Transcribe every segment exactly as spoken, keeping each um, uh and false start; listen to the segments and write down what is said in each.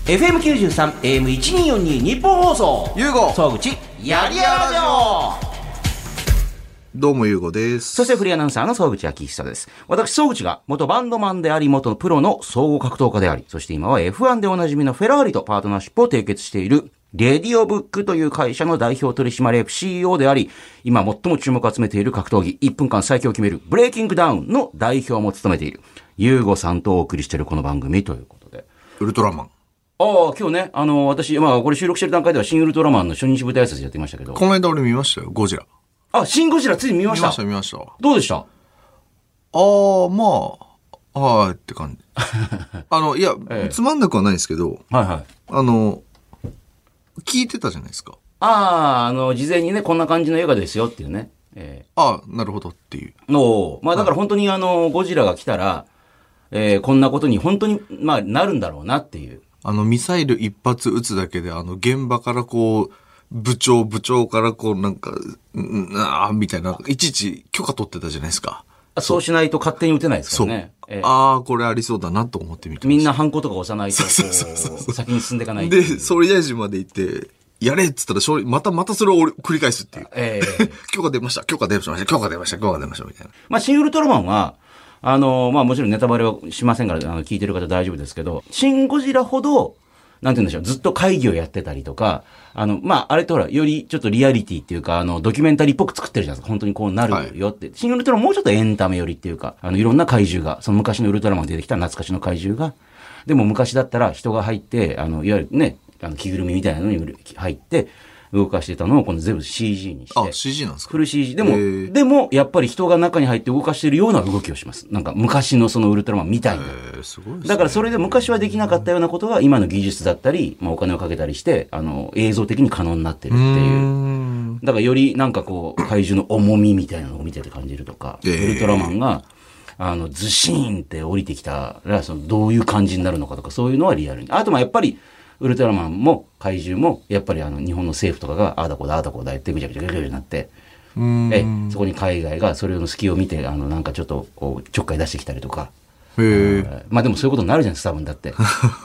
エフエムきゅうじゅうさん エーエムせんにひゃくよんじゅうに 日本放送ゆうご総口やりやらじょどうもゆうごです。 そしてフリーアナウンサーの総口昭久です。私総口が元バンドマンであり元プロの総合格闘家であり、そして今は エフワン でおなじみのフェラーリとパートナーシップを締結しているレディオブックという会社の代表取締役 シーイーオー であり、今最も注目を集めている格闘技いっぷんかん最強を決めるブレイキングダウンの代表も務めているゆうごさんとお送りしているこの番組ということで、 ウルトラマン。 ああ、今日ね、あの、私、まあ、これ収録してる段階では、新ウルトラマンの初日舞台挨拶やってましたけど。 この間俺見ましたよ、ゴジラ。 あ、新ゴジラついに見ました。 見ました、見ました。 どうでした？ああ、まあ、はいって感じ。あの、いや、ええ、つまんなくはないですけど、 はいはい。 あの、聞いてたじゃないですか。 ああ、あの、事前にね、こんな感じの映画ですよっていうね。 えー、ああ、なるほどっていう。 の、まあ、だから本当にあの、ゴジラが来たら、えー、こんなことに本当に、まあ、なるんだろうなっていう。 あの、ミサイル一発撃つだけで、あの、現場からこう、部長、部長からこう、なんか、んああ、みたいな、いちいち許可取ってたじゃないですか。 そうしないと勝手に撃てないですからね。 そう。えー、ああ、これありそうだなと思ってみてみんなハンコとか押さないと、こう、先に進んでいかないで、総理大臣まで行って、やれっつったら、また、またそれを繰り返すっていう。えー、許可出ました、許可出ました、許可出ました、許可出ました、みたいな。 まあ、シン・ウルトラマンは、あの、まあ、もちろんネタバレはしませんから、あの、聞いてる方大丈夫ですけど、シン・ゴジラほど、なんて言うんでしょう、ずっと会議をやってたりとか、あの、まあ、あれってほら、よりちょっとリアリティっていうか、あの、ドキュメンタリーっぽく作ってるじゃないですか。本当にこうなるよって。はい、シン・ウルトラマンもうちょっとエンタメ寄りっていうか、あの、いろんな怪獣が、その昔のウルトラマンが出てきた懐かしの怪獣が、でも昔だったら人が入って、あの、いわゆるね、あの、着ぐるみみたいなのに入って、動かしてたのを今度全部 シージー にして。 あ、シージー なんですか？ フル シージー。でも、でも、やっぱり人が中に入って動かしてるような動きをします。なんか昔のそのウルトラマンみたいな。 えー、すごいですね。 だからそれで昔はできなかったようなことが今の技術だったり、まあお金をかけたりして、あの、映像的に可能になってるっていう。だからよりなんかこう、怪獣の重みみたいなのを見てて感じるとか、えー、ウルトラマンが、あの、ズシーンって降りてきたら、その、どういう感じになるのかとか、そういうのはリアルに。あとまあやっぱり、ウルトラマンも怪獣もやっぱりあの日本の政府とかがああだこだああだこだ言ってぐちゃぐちゃぐちゃぐちゃになってえそこに海外がそれの隙を見てあのなんかちょっとこうちょっかい出してきたりとかへまあでもそういうことになるじゃないですか多分だって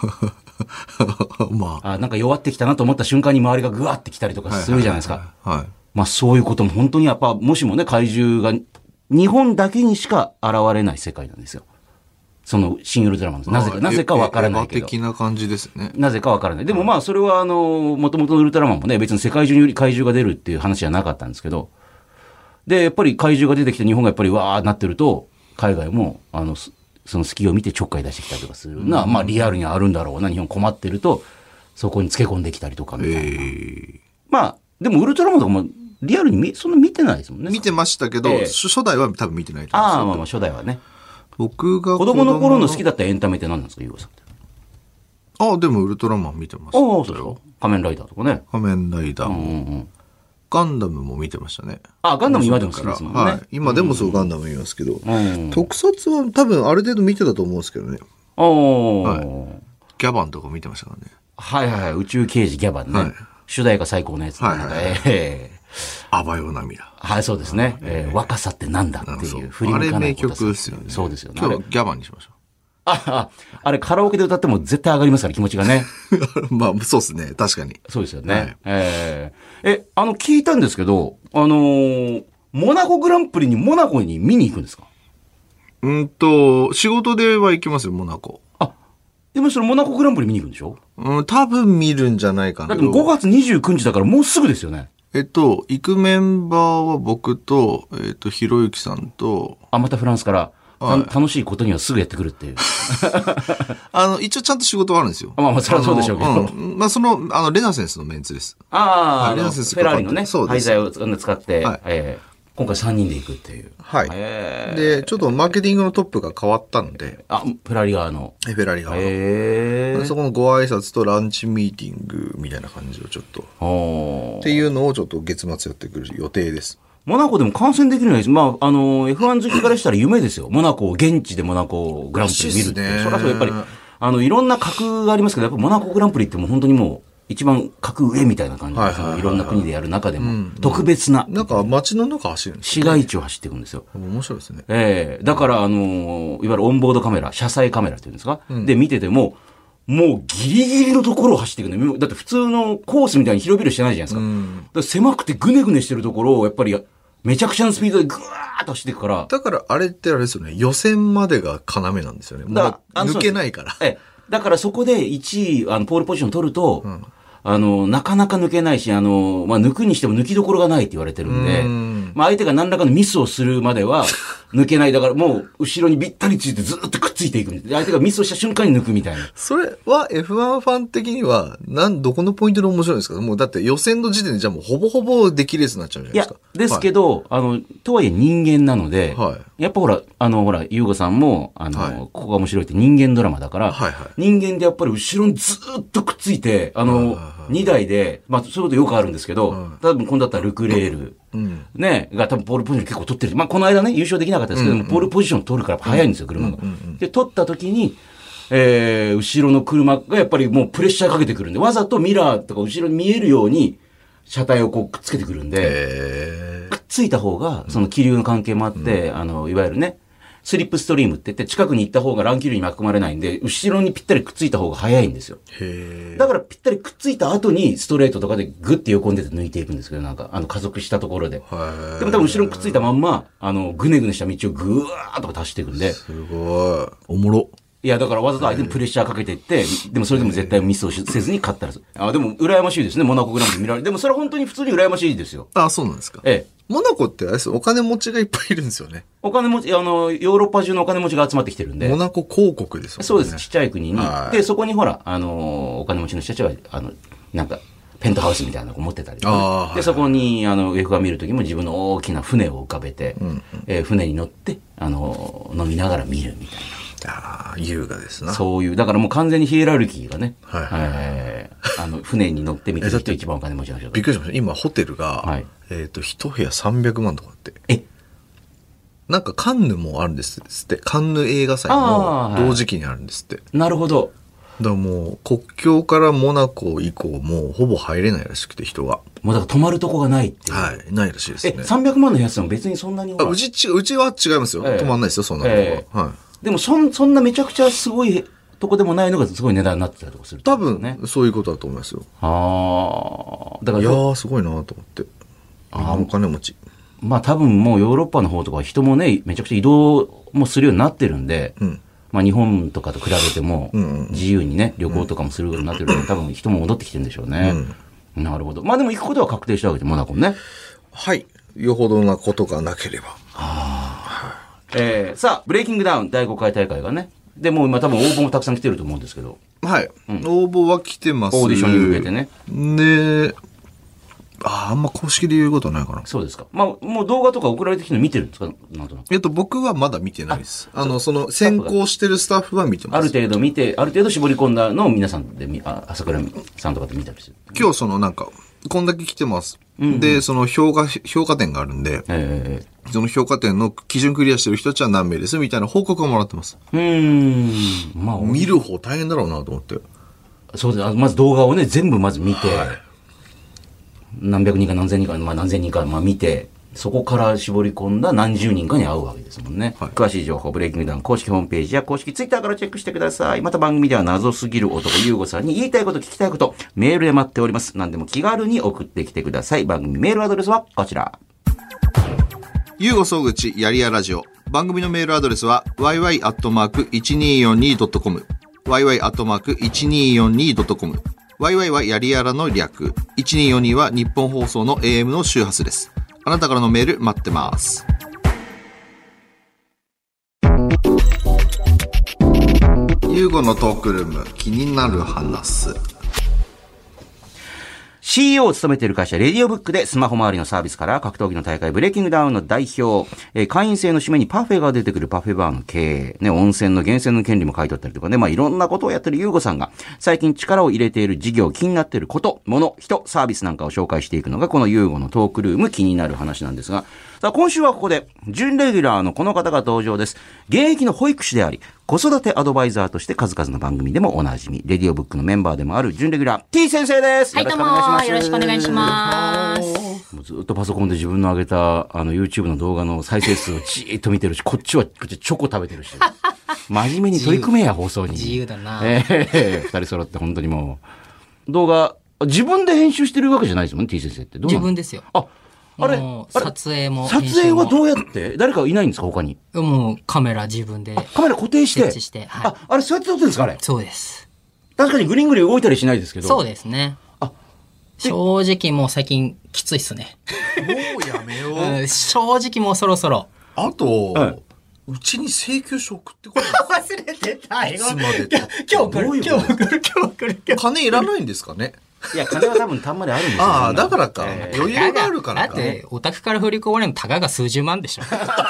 まああなんか弱ってきたなと思った瞬間に周りがグワってきたりとかするじゃないですか、はいはいはいはい、まあそういうことも本当にやっぱもしもね怪獣が日本だけにしか現れない世界なんですよその新ウルトラマンです。なぜか、なぜかわからないけど。 的な感じですね。 なぜかわからない。でもまあそれはあの、元々のウルトラマンもね、別に世界中に怪獣が出るっていう話じゃなかったんですけど、で、やっぱり怪獣が出てきて日本がやっぱりわーなってると、海外も、あの、その隙を見てちょっかい出してきたりとかするのは、まあリアルにあるんだろうな。日本困ってると、そこにつけ込んできたりとかみたいな。えー、まあ、でもウルトラマンとかもリアルに見そんな見てないですもんね。 見てましたけど、えー、初代は多分見てないと思います。 ああ、まあまあ初代はね。 僕が子供の頃の好きだったエンタメって何なんですか、ゆうごさんって。 ああ、でもウルトラマン見てます。 ああ、そうですか。仮面ライダーとかね。 仮面ライダーも、うんうん、ガンダムも見てましたね。 ああ、ガンダム今でも好きですもんね。はい。 今でもそうガンダム見ますけど、うんうん、特撮は多分ある程度見てたと思うんですけどね。 ああ、 はい。ギャバンとか見てましたからね。 はいはいはい。宇宙刑事ギャバンね。はい、主題が最高のやつ。はいはい、はい。えーあばよ涙。 はい、そうですね。えー、若さってなんだっていう振り向かないこと。 あれ名曲ですよね。 そうですよね。 今日はギャバンにしましょう。 ああ、あれカラオケで歌っても絶対上がりますから気持ちがね。 まあ、そうですね。確かに。 そうですよね。はい、えー、え、あの、聞いたんですけど、あのー、モナコグランプリにモナコに見に行くんですか？ うんと、仕事では行きますよ、モナコ。 あ、でもそれモナコグランプリ見に行くんでしょ？ うん、多分見るんじゃないかな。 だってごがつにじゅうくにちだからもうすぐですよね。 えっと、行くメンバーは僕と、えっと、ひろゆきさんと、 あ、またフランスから、はい、楽しいことにはすぐやってくるっていう。 あの、一応ちゃんと仕事はあるんですよ。 まあまあ、それはそうでしょうけど。 うん、まあ、その、あの、レナセンスのメンツです。 ああ、はい、レナセンスフェラーリのね、廃材を使って、はい、えー今回さんにんで行くっていう。 はい。で、ちょっとマーケティングのトップが変わったので。 あ、フェラーリ側の。 フェラーリ側の。へー。そこのご挨拶とランチミーティングみたいな感じをちょっと。っていうのをちょっと月末やってくる予定です。 モナコでも観戦できるんです。まあ、あの、エフワン 好きからしたら夢ですよ。モナコを、現地でモナコグランプリ見るって。そりゃそう、やっぱり、あの、いろんな格がありますけど、やっぱモナコグランプリってもう本当にもう、一番格上みたいな感じで、はいはいはいはい、いろんな国でやる中でも、うん、特別な。 なんか街の中走るんですね。市街地を走っていくんですよ。 面白いですね。 ええー、だから、あの、いわゆるオンボードカメラ、車載カメラっていうんですか、うん、で見てても、 もうギリギリのところを走っていくね。だって普通のコースみたいに広々してないじゃないですか。うん、だから狭くてグネグネしてるところをやっぱりめちゃくちゃなスピードでグワーッと走っていくから。 だからあれってあれですよね。予選までが要なんですよね。だから抜けないから。 ええ。だからそこでいちい、あの、ポールポジション取ると、うん、あの、なかなか抜けないし、あの、まあ、抜くにしても抜きどころがないって言われてるんで、んまあ、相手が何らかのミスをするまでは抜けない。だからもう、後ろにびったりついてずっとくっついていく。相手がミスをした瞬間に抜くみたいな。 それは エフワン ファン的には、なん、どこのポイントで面白いんですか？もうだって予選の時点でじゃあもうほぼほぼ出来レースになっちゃうんじゃないですか。 いや、ですけど、はい、あの、とはいえ人間なので、はい、やっぱほら、あの、ほら、ゆうごさんも、あの、はい、ここが面白いって人間ドラマだから、はいはい、人間でやっぱり後ろにずっとくっついて、あの、にだいで、まあ、そういうことよくあるんですけど、うん、多分今度だったらルクレール、うん、ね、が多分ポールポジション結構取ってる。まあ、この間ね、優勝できなかったですけども、うんうん、ポールポジション取るから早いんですよ、車が。うんうんうん、で、取った時に、えー、後ろの車がやっぱりもうプレッシャーかけてくるんで、わざとミラーとか後ろに見えるように、車体をこうくっつけてくるんで、くっついた方が、その気流の関係もあって、うん、あの、いわゆるね、スリップストリームって言って、近くに行った方が乱気流に巻き込まれないんで、後ろにぴったりくっついた方が早いんですよ。へー。だからぴったりくっついた後に、ストレートとかでグッて横に出て抜いていくんですけど、なんか、あの、加速したところで。でも多分後ろにくっついたまんま、あの、ぐねぐねした道をぐわーっと走っていくんで。 すごい。おもろ。 いや、だからわざと相手にプレッシャーかけていって、でもそれでも絶対ミスをせずに勝ったら。あ、でも羨ましいですね、モナコグランプリ見られる。でもそれは本当に普通に羨ましいですよ。 あ、そうなんですか。ええ。モナコってあれです、お金持ちがいっぱいいるんですよね。 お金持ち、あの、ヨーロッパ中のお金持ちが集まってきてるんで。 モナコ公国ですもんね。 そうです、ちっちゃい国に。で、そこにほら、あの、お金持ちの人たちは、あの、なんか、ペントハウスみたいなのを持ってたりとか、ね。で、そこに、あの、エフが見るときも自分の大きな船を浮かべて、うんうん、えー、船に乗って、あの、飲みながら見るみたいな。 ああ、優雅ですな。 そういう、だからもう完全にヒエラルキーがね、はいはいはい、えー、あの、船に乗ってみてる人一番お金持ちの人。 びっくりしました。今、ホテルが、はい、えっと、一部屋さんびゃくまんとかって。えなんかカンヌもあるんですって。カンヌ映画祭も同時期にあるんですって。はい、 なるほど。 だからもう、国境からモナコ以降、もうほぼ入れないらしくて、人が。 もうだから泊まるとこがないっていう。 はい、ないらしいですね。 え、さんびゃくまんのやつでも別にそんなに。 あ、うちち、うちは違いますよ。えー、泊まんないですよ、そんなのは。えー、はい。 でもそん、そんなめちゃくちゃすごいとこでもないのがすごい値段になってたりとかする、ね。 多分、そういうことだと思いますよ。ああ。だから。いやー、すごいなと思って。ああ、お金持ち。 まあ多分もうヨーロッパの方とか人もね、めちゃくちゃ移動もするようになってるんで、うん、まあ日本とかと比べても、自由にね、旅行とかもするようになってるので、多分人も戻ってきてるんでしょうね。うん、なるほど。まあでも行くことは確定したわけで、モナコね。 はい。よほどなことがなければ。はあ。えー、さあ、ブレイキングダウンだいごかい大会がね。で、もう今多分応募もたくさん来てると思うんですけど。 はい。うん、応募は来てます。 オーディションに向けてね。 で、ああ、あんま公式で言うことはないかな。 そうですか。まあ、もう動画とか送られてきてるの見てるんですかなんとなく。 えっと、僕はまだ見てないです。あ, あの、その、先行してるスタッフは見てます。 ある程度見て、ある程度絞り込んだのを皆さんで見、あ、朝倉さんとかで見たりする。 今日そのなんか、こんだけ来てます。うんうん、で、その評価、評価点があるんで、えー、その評価点の基準クリアしてる人たちは何名ですみたいな報告をもらってます。うーん。まあ、見る方大変だろうなと思って。 そうです。まず動画をね、全部まず見て、はい、何百人か何千人か、まあ何千人か、まあ見て、そこから絞り込んだ何十人かに会うわけですもんね。はい、詳しい情報、ブレイキングダウン公式ホームページや公式ツイッターからチェックしてください。また番組では謎すぎる男、ゆうごさんに言いたいこと、聞きたいこと、メールで待っております。何でも気軽に送ってきてください。番組メールアドレスはこちら。 ゆうご総口やりやラジオ。番組のメールアドレスは ワイワイアットマークいちにーよんにードットコム ワイワイアットマークいちにーよんにードットコム ワイワイ はやりやらの略。いちにーよんにーは日本放送の エーエム の周波数です。あなたからのメール待ってます。ユーゴのトークルーム、気になる話。 シーイーオー を務めている会社、レディオブックでスマホ周りのサービスから格闘技の大会、ブレイキングダウンの代表、えー、会員制の締めにパフェが出てくるパフェバーの経営、ね、温泉の源泉の権利も書いてあったりとかね、まあ、いろんなことをやってるユーゴさんが、最近力を入れている事業、気になっていること、もの、人、サービスなんかを紹介していくのが、このユーゴのトークルーム、気になる話なんですが、さあ、今週はここで、準レギュラーのこの方が登場です。現役の保育士であり、子育てアドバイザーとして数々の番組でもおなじみ、レディオブックのメンバーでもある準レギュラー T 先生です。 はい、どうもよろしくお願いします。 もうずっとパソコンで自分の上げたあの YouTube の動画の再生数をじーっと見てるし、こっちはこっちチョコ食べてるし。 真面目に取り組めや、放送に。 自由だな。 ええー、二人揃って本当にもう。動画、自分で編集してるわけじゃないですもんね、T 先生って。どうなの？ 自分ですよ。 あ、あれ撮影も撮影はどうやって誰かいないんですか他に？ もうカメラ自分で。 カメラ固定して。 設置して。はい、 あ、あれそうやって撮ってるんですかあれ？ そうです。 確かにグリングリ動いたりしないですけど。 そうですね。あ、正直もう最近きついっすね。 もうやめよう。 うん、正直もうそろそろ。 あと、はい、うちに請求書送ってこない。 忘れてた。 いつまで今日来る。今日来る。今日来る。 金いらないんですかね？ いや、金は多分たんまであるんですよ。 ああ、だからか。えー、余裕があるからか。 だって、お宅から振り込まれるのたかが数十万でしょ。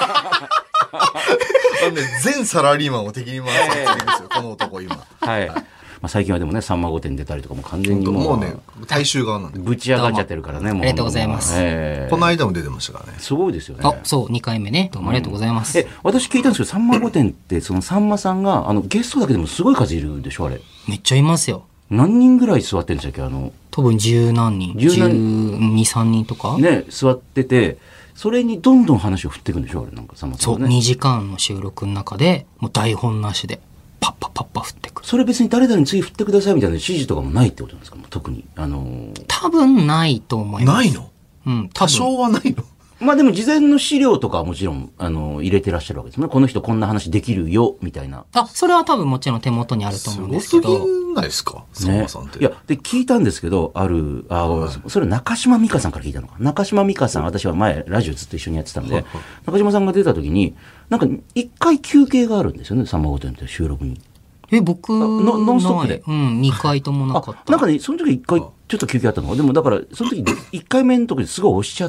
なんで、全サラリーマンを敵に回されてるんですよ、この男今。 はい。まあ、最近はでもね、さんま御殿出たりとかも完全にもう。 もうね、大衆側なんで。 ぶち上がっちゃってるからね、もう。 ありがとうございます。 えー、この間も出てましたからね。 すごいですよね。 あ、そう、にかいめね。どうもありがとうございます。 うん、え、私聞いたんですけど、さんま御殿って、そのさんまさんが、あの、ゲストだけでもすごい数いるでしょ、あれ。 めっちゃいますよ。 何人ぐらい座ってるんでしたっけあの。 多分十何人。十二、三人とかね、座ってて、それにどんどん話を振っていくんでしょあれなんかさんまさん、ね。 そう、にじかんの収録の中で、もう台本なしで、パッパパッパ振っていく。 それ別に誰々に次振ってくださいみたいな指示とかもないってことなんですか特に。あのー、 多分ないと思います。 ないの？ うん、 多少はないの？ まあでも事前の資料とかはもちろん、あの、入れてらっしゃるわけですね。この人こんな話できるよ、みたいな。 あ、それは多分もちろん手元にあると思うんですけど。 すごすぎないですかさんまさんって。 いや、で、聞いたんですけど、ある、あ、はい、それ中島美嘉さんから聞いたのか。中島美嘉さん、私は前、ラジオずっと一緒にやってたんで、はいはい、中島さんが出た時に、なんか、一回休憩があるんですよね、さんま御殿って収録に。 え、僕の、ノンストップで。 うん、二回ともなかった。 なんかね、その時一回、ちょっと休憩あったの。でもだから、その時、一回目の時すごい押しちゃって、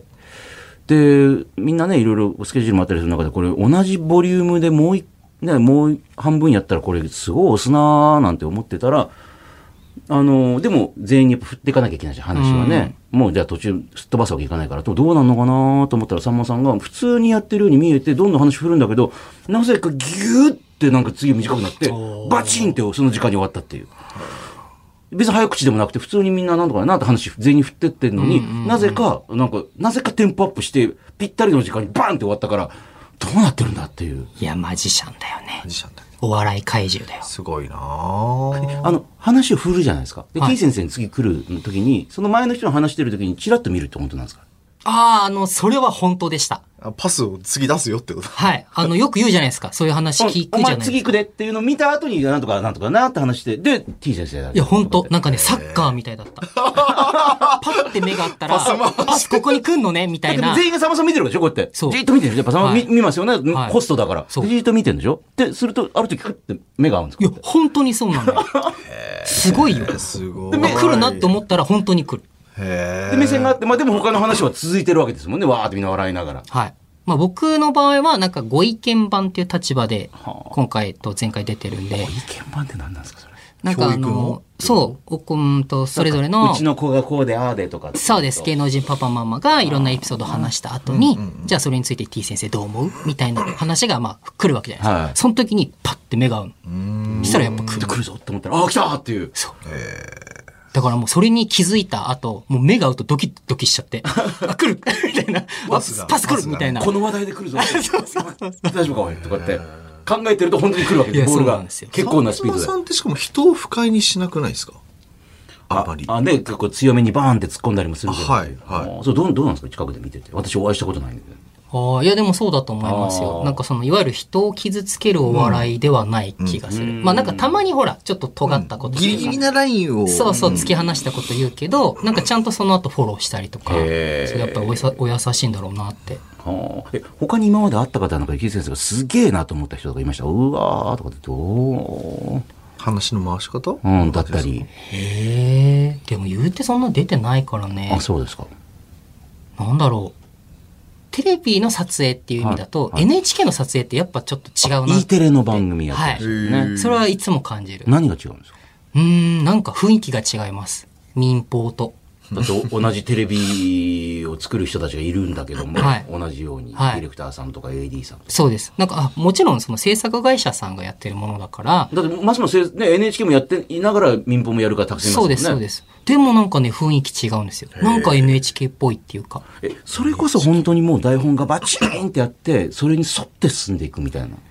で、みんなね、いろいろスケジュールもあったりする中で、これ同じボリュームでもう一、ね、もう半分やったらこれすごい押すなーなんて思ってたら、あの、でも全員にやっぱ振っていかなきゃいけないし、話はね。うん、もうじゃあ途中すっ飛ばすわけいかないから、どうなんのかなと思ったら、さんまさんが普通にやってるように見えて、どんどん話振るんだけど、なぜかギューってなんか次短くなって、バチンってその時間に終わったっていう。別に早口でもなくて、普通にみんななんとかなって話全員に振ってってんのに、うんうんうん、なぜか、なんか、なぜかテンポアップして、ぴったりの時間にバーンって終わったから、どうなってるんだっていう。 いや、マジシャンだよね。 マジシャンだよ。 お笑い怪獣だよ。 すごいなぁ。 あの、話を振るじゃないですか。で、 はい、 T 先生に次来る時に、その前の人の話してる時にチラッと見るって本当なんですか？ ああ、あの、それは本当でした。 パスを次出すよってこと？ はい。あの、よく言うじゃないですか。そういう話聞くじゃないですか。 お前次行くでっていうのを見た後に、なんとかなんとかなって話して、で、T 先生だ。 いや、本当なんかね、サッカーみたいだった。パッて目があったら、パスここに来んのねみたいな。 全員がさんまさん見てるでしょこうやって。そう。じーっと見てるでしょやっぱさんま、はい、見ますよね、はい、ホストだから。そう。じーっと見てるんでしょで、すると、ある時、クッて目が合うんですか？ いや、本当にそうなんだよ。すごいよ。 すごい。 で、来るなって思ったら本当に来る。 で、目線があって、まあでも他の話は続いてるわけですもんね。わーってみんな笑いながら。 はい。まあ僕の場合は、なんかご意見番っていう立場で、今回と前回出てるんで。 ご意見番って何なんですかそれ？ なんかあの、そう、おこんと、それぞれの。 うちの子がこうで、ああでとか。 そうです。芸能人パパママがいろんなエピソードを話した後に、じゃあそれについて T 先生どう思うみたいな話が、まあ、来るわけじゃないですか。はい、その時にパッて目が合う。そしたらやっぱ来る。 来るぞって思ったら、ああ、来たーっていう。 そう。だからもうそれに気づいた後、もう目が合うとドキドキしちゃって、あ、来るみたいな。パス来るみたいな。 この話題で来るぞ。そうそうそう。大丈夫かおいとかって考えてると本当に来るわけです。ボールが。結構なスピードで。 さんまさんってしかも人を不快にしなくないですか？ あまり。あ、ね、結構強めにバーンって突っ込んだりもするけど。 はい、はい。 それどう、どうなんですか近くで見てて。私お会いしたことないんだけど。 ああ、いやでもそうだと思いますよ。なんかその、いわゆる人を傷つけるお笑いではない気がする。うん、まあなんかたまにほら、ちょっと尖ったこと、うん、 ギリギリなラインを。 そうそう、突き放したこと言うけど、なんかちゃんとその後フォローしたりとか、それやっぱりおやさお優しいんだろうなって。 はあ、え他に今まで会った方なんか、池井先生がすげえなと思った人とかいました？うわーとかってどう？ 話の回し方？ うん、だったり。 へえ。でも言うてそんな出てないからね。 あ、そうですか。 なんだろう。テレビの撮影っていう意味だと、はいはい、エヌエイチケー の撮影ってやっぱちょっと違うな。 E テレの番組やってるんですよね、 はい。それはいつも感じる。 何が違うんですか？ うーん、なんか雰囲気が違います。民放と。 だって同じテレビを作る人たちがいるんだけども、はい、同じように、はい、ディレクターさんとか エーディー さんとか。 そうです。なんか、あ、もちろんその制作会社さんがやってるものだから。 だってますますね、エヌエイチケー もやっていながら民放もやるからたくさんいますもんね。 そうです、そうです。でもなんかね、雰囲気違うんですよ。なんか エヌエイチケー っぽいっていうか。 え、それこそ本当にもう台本がバチーンってやって、それに沿って進んでいくみたいな。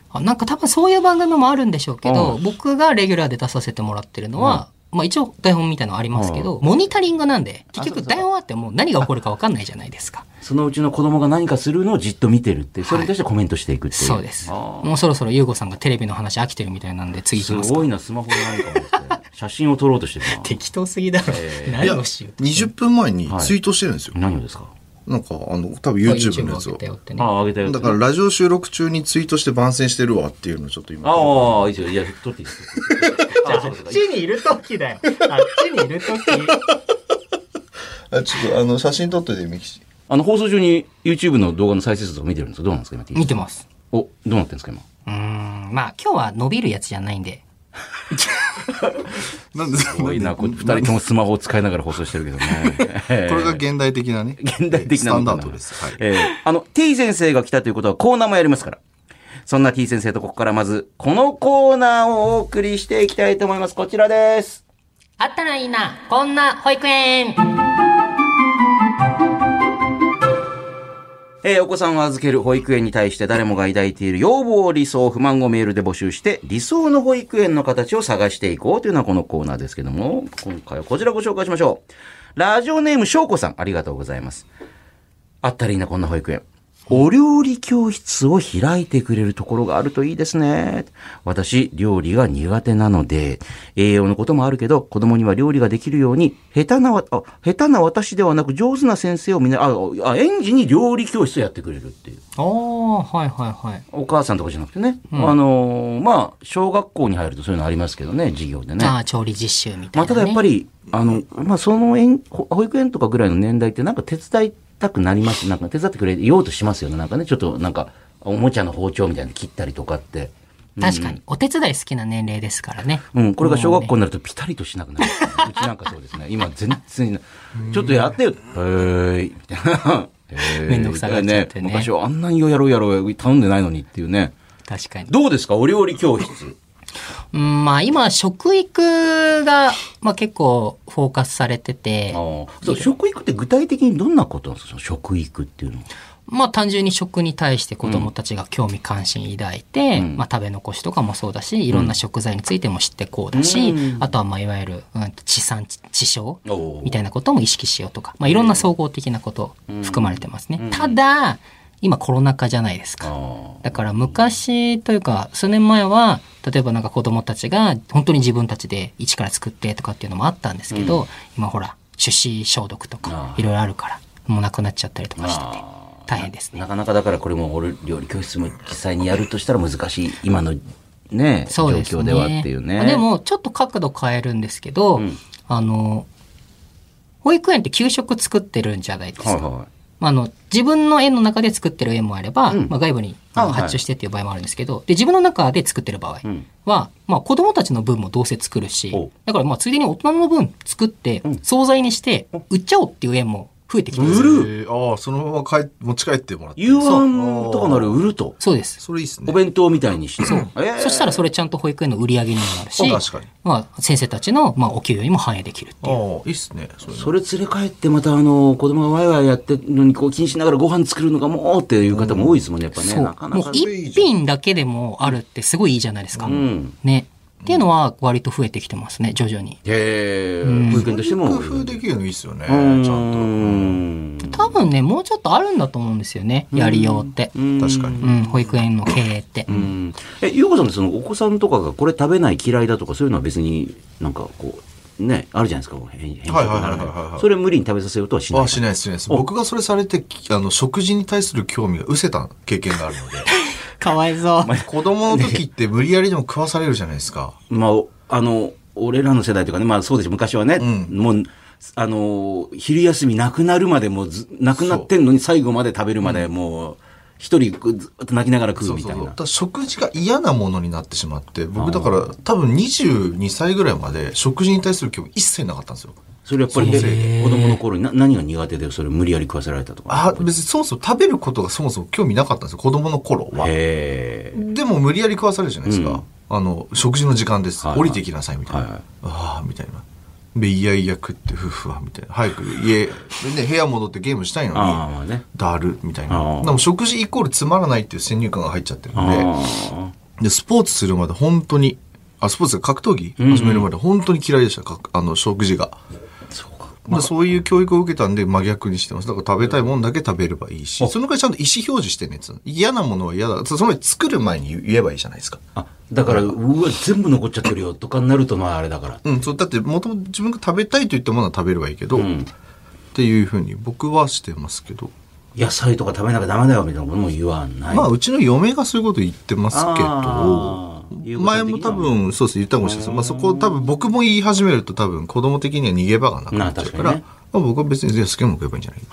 あ、なんか多分そういう番組もあるんでしょうけど、僕がレギュラーで出させてもらってるのは、まあ一応台本みたいなのありますけど、モニタリングなんで、結局台本あっても何が起こるか分かんないじゃないですか。 そのうちの子供が何かするのをじっと見てるって、それに対してコメントしていくっていう。 はい、そうです。もうそろそろ優吾さんがテレビの話飽きてるみたいなんで次行きますか。 すごいな、スマホで何か持って。写真を撮ろうとしてるな。 適当すぎだろ。えー、何をしようと。 にじゅっぷんまえにツイートしてるんですよ。 はい、何をですか？ なんか、あの、多分 YouTube のやつを。 ああ、上げたよ。 だから、ラジオ収録中にツイートして番宣してるわっていうのをちょっと今。 ああ、いいですよ。いや、撮っていいですよ。 じゃあ、あっちにいるときだよ。あっちにいるとき。 あ、ちょっと、あの、写真撮っといて、ミキシ。 あの、放送中に YouTube の動画の再生数とか見てるんですか？どうなんですか今？ 見てます。 お、どうなってるんですか今？ うーん、まあ、今日は伸びるやつじゃないんで。 なんですごいな、二人ともスマホを使いながら放送してるけどね。 これが現代的なね。 現代的なスタンダードです。はい。 えー、あの、T 先生が来たということはコーナーもやりますから。そんな T 先生とここからまず、このコーナーをお送りしていきたいと思います。こちらです。 あったらいいな、こんな保育園。 えー、お子さんを預ける保育園に対して誰もが抱いている要望、理想、不満をメールで募集して、理想の保育園の形を探していこうというのはこのコーナーですけども、今回はこちらご紹介しましょう。ラジオネームしょうこさん、ありがとうございます。あったらいいな、こんな保育園。お料理教室を開いてくれるところがあるといいですね。私、料理が苦手なので、栄養のこともあるけど、子供には料理ができるように、下手なわ、あ、下手な私ではなく上手な先生をみんな、あ、あ、園児に料理教室をやってくれるっていう。 ああ、はいはいはい。 お母さんとかじゃなくてね。うん、あのー、まあ、小学校に入るとそういうのありますけどね、授業でね。 ああ、調理実習みたいな、ね。 まあ、ただやっぱり、あの、まあ、その園、保育園とかぐらいの年代ってなんか手伝い、たくなります。なんか手伝ってくれようとしますよね。なんかね、ちょっとなんか、おもちゃの包丁みたいなの切ったりとかって。 うん、確かに。お手伝い好きな年齢ですからね。 うん、これが小学校になるとピタリとしなくなる、ね。うちなんかそうですね。今全然、ちょっとやってよ。へーい。みたいな。 めんどくさがっちゃってね。 昔はあんなにやろうやろう頼んでないのにっていうね。 確かに。 どうですかお料理教室。 うん、まあ今、食育が、まあ結構フォーカスされてて。 あそう食育って具体的にどんなことなんですか食育っていうのは。 まあ単純に食に対して子どもたちが興味関心抱いて、うん、まあ食べ残しとかもそうだし、いろんな食材についても知ってこうだし、うん、あとはまあいわゆる、うん、地産地消みたいなことも意識しようとか、まあいろんな総合的なこと含まれてますね。うん、ただ、今コロナ禍じゃないですか。だから昔というか数年前は例えばなんか子供たちが本当に自分たちで一から作ってとかっていうのもあったんですけど、うん、今ほら手指消毒とかいろいろあるからもうなくなっちゃったりとかしてて大変ですね。 なかなかだからこれもお料理教室も実際にやるとしたら難しい今のね状況ではっていうね。 でもちょっと角度変えるんですけど、うん、あの保育園って給食作ってるんじゃないですか。はいはい、あの自分の園の中で作ってる園もあれば、うんまあ、外部に発注してっていう場合もあるんですけど、はい、で自分の中で作ってる場合は、うんまあ、子供たちの分もどうせ作るし、だからまあついでに大人の分作って惣菜にして売っちゃおうっていう園も増えてきてます。 売るああ、そのまま帰持ち帰ってもらって。 夕飯とかなら売ると。 そうです。 それいいっすね。 お弁当みたいにして。 そう。えー、そしたらそれちゃんと保育園の売り上げにもなるし、 確かに。 まあ先生たちのまあお給料にも反映できるっていう。 ああ、いいっすね。 それ, それ連れ帰ってまたあの子供がワイワイやってるのにこう気にしながらご飯作るのがもうっていう方も多いですもんね、やっぱね。 そう。 なかなかもう一品だけでもあるってすごいいいじゃないですか。うん、ね。っていうのは割と増えてきてますね、徐々に。 へー。保育園としても。 工夫できるのいいっすよね、ちゃんと。多分ね、もうちょっとあるんだと思うんですよね、やりようって。 確かに。 うん、保育園の経営って。 うん。え、ゆうこさんってそのお子さんとかがこれ食べない嫌いだとかそういうのは別になんかこう、ね、あるじゃないですか、変変はいはいはいはい。 それ無理に食べさせようとはしない。 あ、しないです、しないです。僕がそれされて、あの、食事に対する興味が失せた経験があるので。 かわいそう。 子供の時って無理やりでも食わされるじゃないですか。 まあ、あの、俺らの世代というかね、まあそうですよ、昔はね、うん、もう、あの、昼休みなくなるまでもず、なくなってんのに最後まで食べるまでもう、一人ずっと泣きながら食うみたいな。そうそうそう。 食事が嫌なものになってしまって、僕だから多分にじゅうにさいぐらいまで食事に対する興味一切なかったんですよ。 それやっぱり子供の頃にな何が苦手でそれ無理やり食わせられたとか。 あ、別にそもそも食べることがそもそも興味なかったんですよ、子供の頃は。へー。でも無理やり食わされるじゃないですか。うん、あの、食事の時間です。はいはい、降りてきなさいみたいな。はいはい、ああ、みたいな。で、いやいや食って夫婦は、みたいな。早く家、ね、部屋戻ってゲームしたいのに、あ、ね、だる、みたいな。でも食事イコールつまらないっていう先入観が入っちゃってるんで、 で、スポーツするまで本当に、あ、スポーツ格闘技始めるまで本当に嫌いでした。かあの、食事が。そうか。まあ、そういう教育を受けたんで真逆にしてます。だから食べたいもんだけ食べればいいし、そのくらいちゃんと意思表示してね。嫌なものは嫌だ。その前に作る前に言えばいいじゃないですか。 あ、だから、うわ、全部残っちゃってるよとかになると、まああれだから。 うん、そう、だってもともと自分が食べたいと言ったものは食べればいいけど、うん、っていうふうに僕はしてますけど。 野菜とか食べなきゃダメだよみたいなことも言わない。 まあ、うちの嫁がそういうこと言ってますけど、前も多分、そうです、言ったかもしれないです。まあ、そこ多分僕も言い始めると多分子供的には逃げ場がなくなっちゃうから、まあ、僕は別に好きなもの食えばいいんじゃない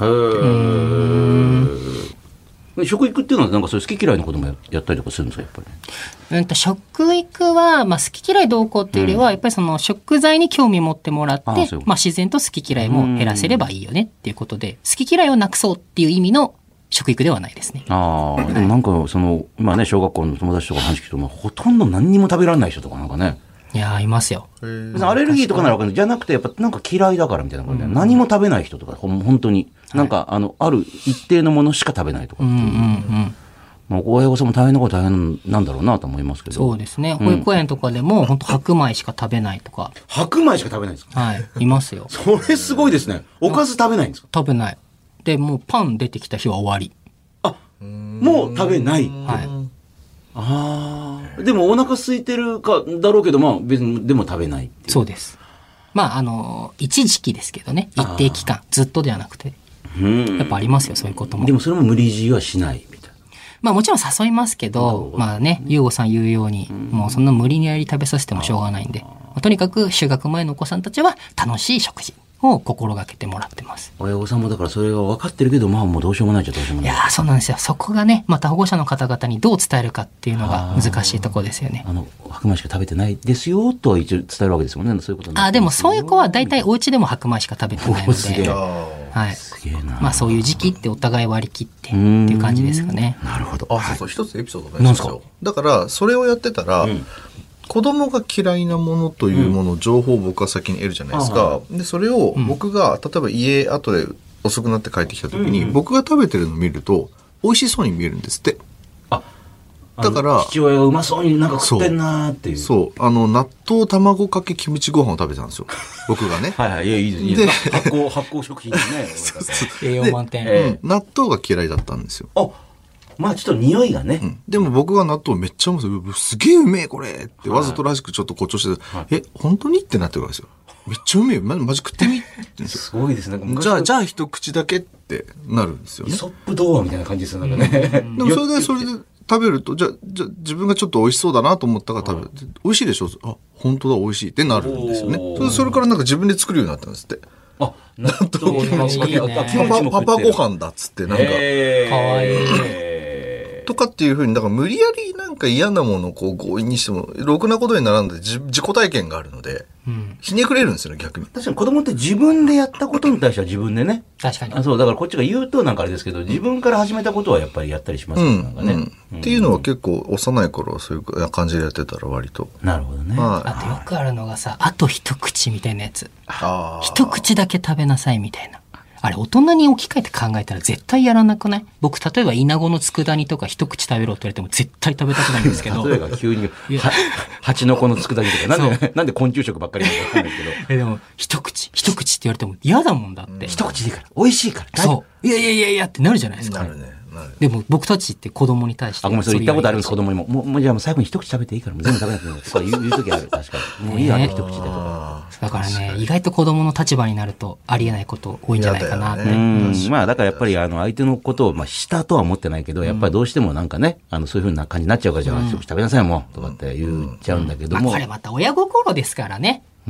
へー。食育っていうのはなんかそういう好き嫌いのこともやったりとかするんですか、やっぱり。 うんと、食育は、まあ、好き嫌いどうこうっていうよりは、うん、やっぱりその食材に興味持ってもらって、ああまあ、自然と好き嫌いも減らせればいいよねっていうことで、好き嫌いをなくそうっていう意味の食育ではないですね。 ああ、でもなんかその、今ね、小学校の友達とか話聞くと、まあ、ほとんど何にも食べられない人とかなんかね。 いやー、いますよ。 別にアレルギーとかならわかんない。じゃなくて、やっぱなんか嫌いだからみたいなことで、うん、何も食べない人とか、ほん本当に、なんか、はい、あの、ある一定のものしか食べないとかっていう。うんうんうんまあ、親御さんも大変なことは大変なんだろうなと思いますけど。 そうですね。保育園とかでも、本当白米しか食べないとか。 白米しか食べないんですか？ はい。いますよ。 それすごいですね。おかず食べないんですか？ 食べない。で、もうパン出てきた日は終わり。 あ、もう食べない。 はい。 ああ。でもお腹空いてるか、だろうけど、まあ別に、でも食べないっていう。 そうです。まあ、あの、一時期ですけどね。一定期間。ずっとではなくて。やっぱありますよ、そういうことも。 でもそれも無理強いはしない。 まあもちろん誘いますけど、まあね、ゆうごさん言うように、もうそんな無理にやり食べさせてもしょうがないんで、とにかく就学前のお子さんたちは楽しい食事を心がけてもらってます。 親御さんもだからそれが分かってるけど、まあもうどうしようもないじゃどうしようもない。 いやー、そうなんですよ。そこがね、また保護者の方々にどう伝えるかっていうのが難しいところですよね。 あの、白米しか食べてないですよとは一応伝えるわけですもんね。そういうことになってますよ。 あ、でもそういう子は大体お家でも白米しか食べてないので。はい。すげえな。まあそういう時期ってお互い割り切ってっていう感じですかね。 なるほど。 あ、そうそう、一つエピソードがありますよ。だからそれをやってたら、うん、子供が嫌いなものというものを情報を僕は先に得るじゃないですか。うん、でそれを僕が例えば家後で遅くなって帰ってきた時に、うん、僕が食べてるのを見ると美味しそうに見えるんですって。だから父親がうまそうになんか食ってんなーっていう。 そう。あの、納豆卵かけキムチご飯を食べたんですよ。僕がね。 はいはい。いや、いいです。いいです。発酵、発酵食品ですね。栄養満点、 えー。納豆が嫌いだったんですよ。 あ、まあちょっと匂いがね。 うん、でも僕が納豆めっちゃうまい。すげえうめえこれってわざとらしくちょっと誇張して、はい、え、本当にってなってるわけですよ。めっちゃうめえよ。ま、マジ食ってみってすごいですね。 じゃあ、じゃあ一口だけってなるんですよね。 イソップ童話みたいな感じですよね。なんかね。 でもそれで、それで、食べると、じゃあ、じゃあ自分がちょっと美味しそうだなと思ったから食べる。美味しいでしょ？あ、本当だ、美味しいってなるんですよね。それそれからなんか自分で作るようになったんですって。 あ、納豆キムチかけパパご飯だっつって、なんか。かわいい。 とかっていうふうに、だから無理やりなんか嫌なものをこう強引にしても、ろくなことにならんで自己体験があるので、うん、ひねくれるんですよね、逆に。 確かに子供って自分でやったことに対しては自分でね。 確かに。 あ、そう、だからこっちが言うとなんかあれですけど、自分から始めたことはやっぱりやったりしますよ、 うん、 なんかね、 うんうん。っていうのは結構幼い頃そういう感じでやってたら割と。 なるほどね。 まあ、あとよくあるのがさ、あと一口みたいなやつ。あ一口だけ食べなさいみたいな。あれ、大人に置き換えて考えたら絶対やらなくない？僕、例えば、イナゴの佃煮とか一口食べろって言われても絶対食べたくないんですけど。 例えば、急に、蜂の子の佃煮とか、なんで、なんで昆虫食ばっかりなのかわかんないけど。 え、でも、一口、一口って言われても嫌だもんだって。 一口でいいから。美味しいから。 そう。いやいやいやいやってなるじゃないですか。 なるね。 でも僕たちって子供に対して。 あ、ごめん、それ言ったことあるんです、子供にも。もう、もうじゃあもう最後に一口食べていいから、もう全部食べなくていいとか言う時ある、確かに。もういいわね、一口でとか。 だからね、意外と子供の立場になるとありえないこと多いんじゃないかなって。 うん。まあ、だからやっぱり、あの、相手のことを、まあ、したとは思ってないけど、やっぱりどうしてもなんかね、あの、そういうふうな感じになっちゃうから、じゃあ、一口食べなさいもん、とかって言っちゃうんだけども。 これまた親心ですからね。うん。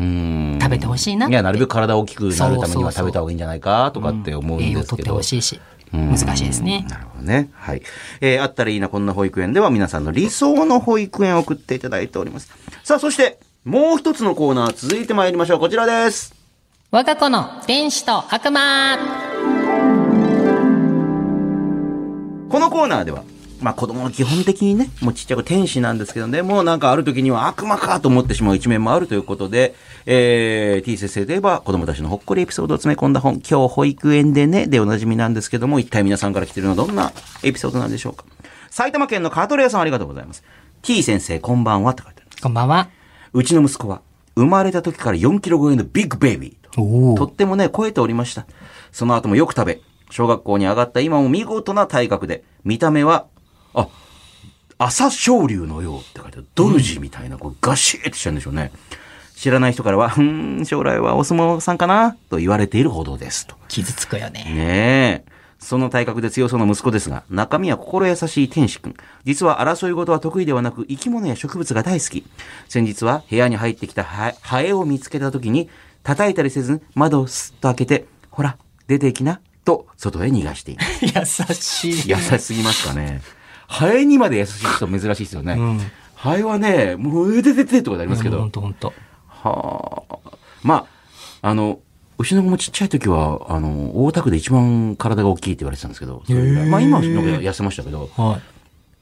食べてほしいなって。 いや、なるべく体大きくなるためには食べた方がいいんじゃないか、とかって思うんですけど。栄養取ってほしいし。難しいですね。 なるほどね。はい。えー、あったらいいな、こんな保育園では皆さんの理想の保育園を送っていただいております。さあ、そして、もう一つのコーナー続いて参りましょう。こちらです。 我が子の天使と悪魔。 このコーナーでは、まあ子供は基本的にね、もうちっちゃく天使なんですけどね、もうなんかある時には悪魔かと思ってしまう一面もあるということで、えー、T 先生といえば子供たちのほっこりエピソードを詰め込んだ本、今日保育園でね、でおなじみなんですけども、一体皆さんから来ているのはどんなエピソードなんでしょうか。埼玉県のカートレアさんありがとうございます。 T 先生こんばんはって書いてある。 こんばんは。 うちの息子は生まれた時からよんキロ超えのビッグベイビーと。とってもね、超えておりました。その後もよく食べ、小学校に上がった今も見事な体格で、見た目は、あ、朝青龍のようって書いてある。ドルジみたいな、こうガシーってしちゃうんでしょうね。知らない人からは、うーん、将来はお相撲さんかなと言われているほどですと。 傷つくよね。 ねえ。その体格で強そうな息子ですが、中身は心優しい天使くん。実は争い事は得意ではなく、生き物や植物が大好き。先日は部屋に入ってきたハエを見つけた時に、叩いたりせず窓をスッと開けて、ほら、出ていきな、と外へ逃がしています。 優しい。 優しすぎますかね。ハエにまで優しい人珍しいですよね。うん、ハエはね、もう、うでででとかありますけど。 ほんとほんと。 はあ。まあ、あの、うちの子もちっちゃい時は、あの、大田区で一番体が大きいって言われてたんですけど、それぐらいまあ今は痩せましたけど、はい、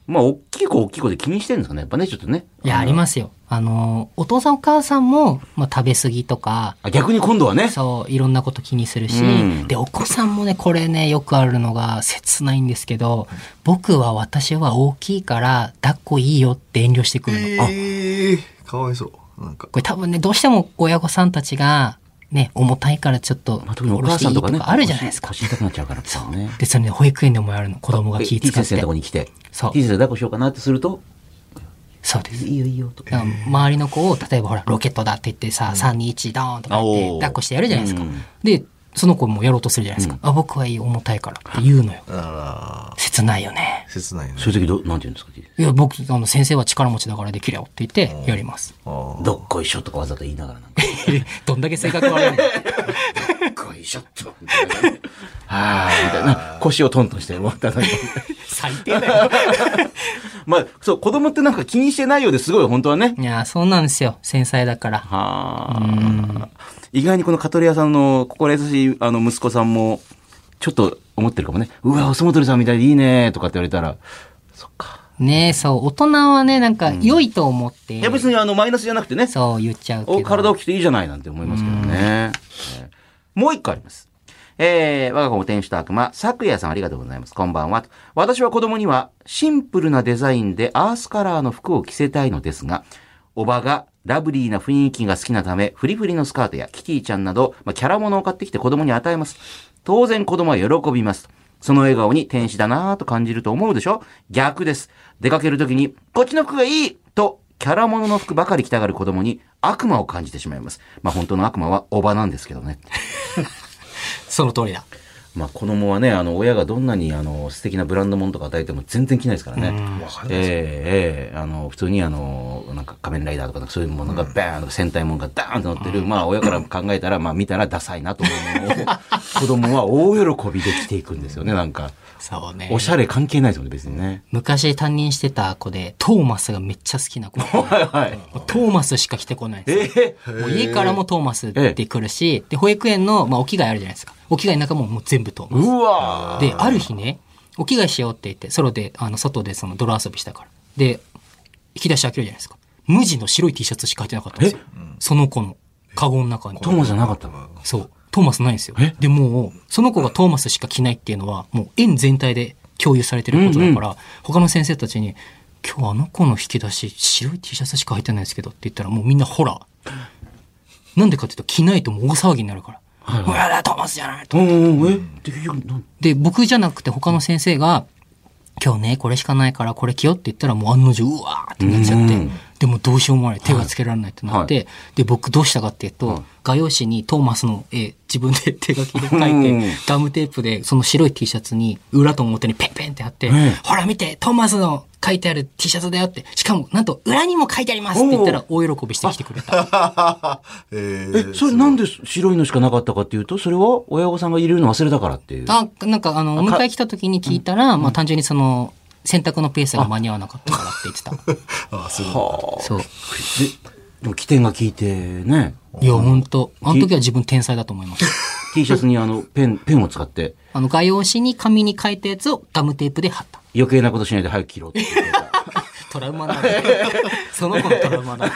まあ大きい子大きい子で気にしてるんですかね、やっぱね、ちょっとね。 いや、ありますよ。あの、お父さんお母さんも、まあ食べ過ぎとか。 あ、逆に今度はね。 そう、いろんなこと気にするし、うん、で、お子さんもね、これね、よくあるのが切ないんですけど、僕は私は大きいから抱っこいいよって遠慮してくるの。 えー、かわいそう。なんかこれ多分ね、どうしても親御さんたちが、ね、重たいからちょっと下ろしていいとかあるじゃないですか。 腰痛くなっちゃうからってね。 で、それね、保育園でもやるの、子供が気遣って。 T 先生のとこに来て、そう。T 先生抱っこしようかなってすると、 そうです。 いいよいいよと。 周りの子を、例えばほら、ロケットだって言ってさ、うん、さん、に、いち、ドーンとか言って、抱っこしてやるじゃないですか。うん、で、その子もやろうとするじゃないですか。うん、あ、僕はいい、重たいからって言うのよ。切ないよね。 切ないね。 そういう時ど、なんて言うんですか？ いや、僕、あの、先生は力持ちだからできるよって言って、やります。 どっこいしょとかわざと言いながらなんか。 どんだけ性格悪いの？ どっこいしょと。はぁ、みたいな。腰をトントンして、もうただ最低だよ。 まあ、そう、子供ってなんか気にしてないようですごい、本当はね。 いや、そうなんですよ。繊細だから。 はぁ。意外にこのカトレアさんの心優しいあの息子さんも、ちょっと思ってるかもね。うわ、お相撲取りさんみたいでいいねとかって言われたら、そっか。 ねえ、そう、大人はね、なんか良いと思って。うん、 いや、別にあの、マイナスじゃなくてね。 そう、言っちゃうけど。 体大きくていいじゃないなんて思いますけどね。うん、もう一個あります。えー、我が子も天使と悪魔、咲夜さんありがとうございます。こんばんは。私は子供にはシンプルなデザインでアースカラーの服を着せたいのですが、おばがラブリーな雰囲気が好きなため、フリフリのスカートやキティちゃんなど、まあ、キャラものを買ってきて子供に与えます。当然子供は喜びます。その笑顔に天使だなぁと感じると思うでしょ？逆です。出かけるときに、こっちの服がいいと、キャラものの服ばかり着たがる子供に悪魔を感じてしまいます。まあ本当の悪魔はおばなんですけどね。 その通りだ。 まあ子供はね、あの親がどんなにあの素敵なブランド物とか与えても全然着ないですからね。ええええあの普通にあのなんか仮面ライダーとかそういうものがバーンとか戦隊ものがダーンと乗ってる、まあ親から考えたらまあ見たらダサいなと思うものを子供は大喜びで着ていくんですよね。なんかそうね。 おしゃれ関係ないですもんね別にね。 昔担任してた子でトーマスがめっちゃ好きな子。はいはい。トーマスしか着てこないんですよ。えー、もう家からもトーマスって来るし、で保育園のまあお着替えあるじゃないですか。お着替えの中ももう全部トーマス。 うわで、ある日ね、お着替えしようって言って、ソロで、あの、外でその泥遊びしたから。で、引き出し開けるじゃないですか。無地の白い T シャツしか入ってなかったんですよ。その子のカゴの中に。 トーマスじゃなかったの？ そう。トーマスないんですよ。で、もう、その子がトーマスしか着ないっていうのは、もう園全体で共有されてることだから、うんうん、他の先生たちに、今日あの子の引き出し、白い T シャツしか入ってないですけどって言ったら、もうみんなホラー。なんでかっていうと、着ないともう大騒ぎになるから。はいはい、もうやだトーマスじゃないと思って。で、僕じゃなくて他の先生が、今日ね、これしかないからこれ着よって言ったらもう案の定、うわーってなっちゃって、でもどうしようもない、手がつけられないってなって、はい、で、僕どうしたかっていうと、はい、画用紙にトーマスの絵、自分で手書きで書いて、ガムテープでその白い T シャツに裏と表にペンペンって貼って、ほら見て、トーマスの書いてある T シャツだよって、しかもなんと裏にも書いてありますって言ったら大喜びしてきてくれた。 えー、え、それなんで白いのしかなかったかっていうと、それは親御さんが入れるの忘れたからっていう。 あ、なんかあの、お迎え来た時に聞いたら、まあ単純にその、洗濯のペースが間に合わなかったからって言ってた。ああ、そう。そう。で、 でも起点が効いてね。 いや、ほんと。あの時は自分天才だと思います。 T シャツにあの、ペン、ペンを使って。 あの、画用紙に紙に書いたやつをガムテープで貼った。 余計なことしないで早く切ろうって言ってた。 トラウマなんだ。その子のトラウマだ。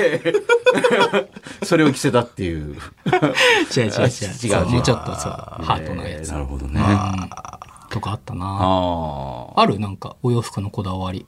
それを着せたっていう。違う違う違う。 違う違う。もうちょっとそう、ハートのやつ。 なるほどね。 とかあったなあ。あるなんかお洋服のこだわり。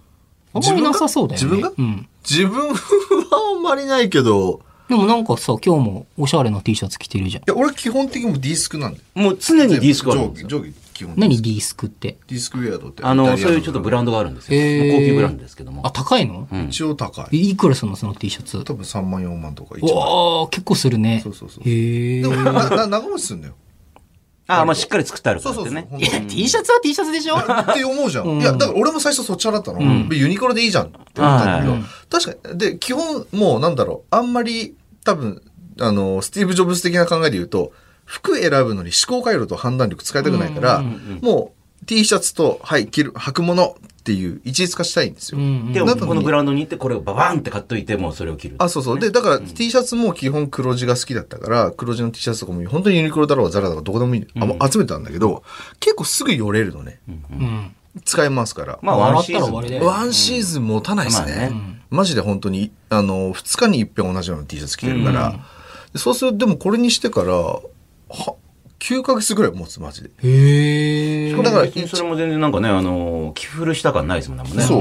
あんまりなさそうだよね。 自分が、 うん、 自分はあんまりないけど。 でもなんかさ、今日もおしゃれな T シャツ着てるじゃん。いや、俺基本的にも D スクなんだよ。 もう常に D スクあるんですよ。 上下、上下基本。 何 D スクって ?D スクウェアドって。 あの、そういうちょっとブランドがあるんですよ。高級ブランドですけども。 あ、高いの？ うん、一応高い。 いくらするのその T シャツ？ 多分さんまんよんまんとかいちまん。わあ、結構するね。 そうそうそう。 へえ。 でも、な、な、長持ちするんだよ。 ああ、まあしっかり作ってあるからってね。 そうそうそう。 いや、T シャツは T シャツでしょって思うじゃん。 うん、 いや、だから俺も最初そっち派だったの。うん、ユニクロでいいじゃんって思ったんだけど、確かに、で、基本、もうなんだろう、あんまり、多分、あの、スティーブ・ジョブズ的な考えで言うと、服選ぶのに思考回路と判断力使いたくないから、もう T シャツと、はい、着る、履くものっていう一律化したいんですよ。 でも、このブランドに行ってこれをババンって買っといて、もうそれを着る。 あ、そうそう。で、だから T シャツも基本黒地が好きだったから、黒地の T シャツとかも本当にユニクロだろうがザラだろうがどこでもいい、うん、あ集めたんだけど、結構すぐよれるのね。うんうん、使いますから。 まあ、ワンシーズン。 ワンシーズン持たないですね。まあね、マジで本当に、あの、ふつかに一遍同じような T シャツ着てるから、うんそうすると、でもこれにしてから、は、きゅうかげつぐらい持つ、マジで。 へー。だから、それも全然なんかね、あの、着古した感ないですもんね。 そう。うん、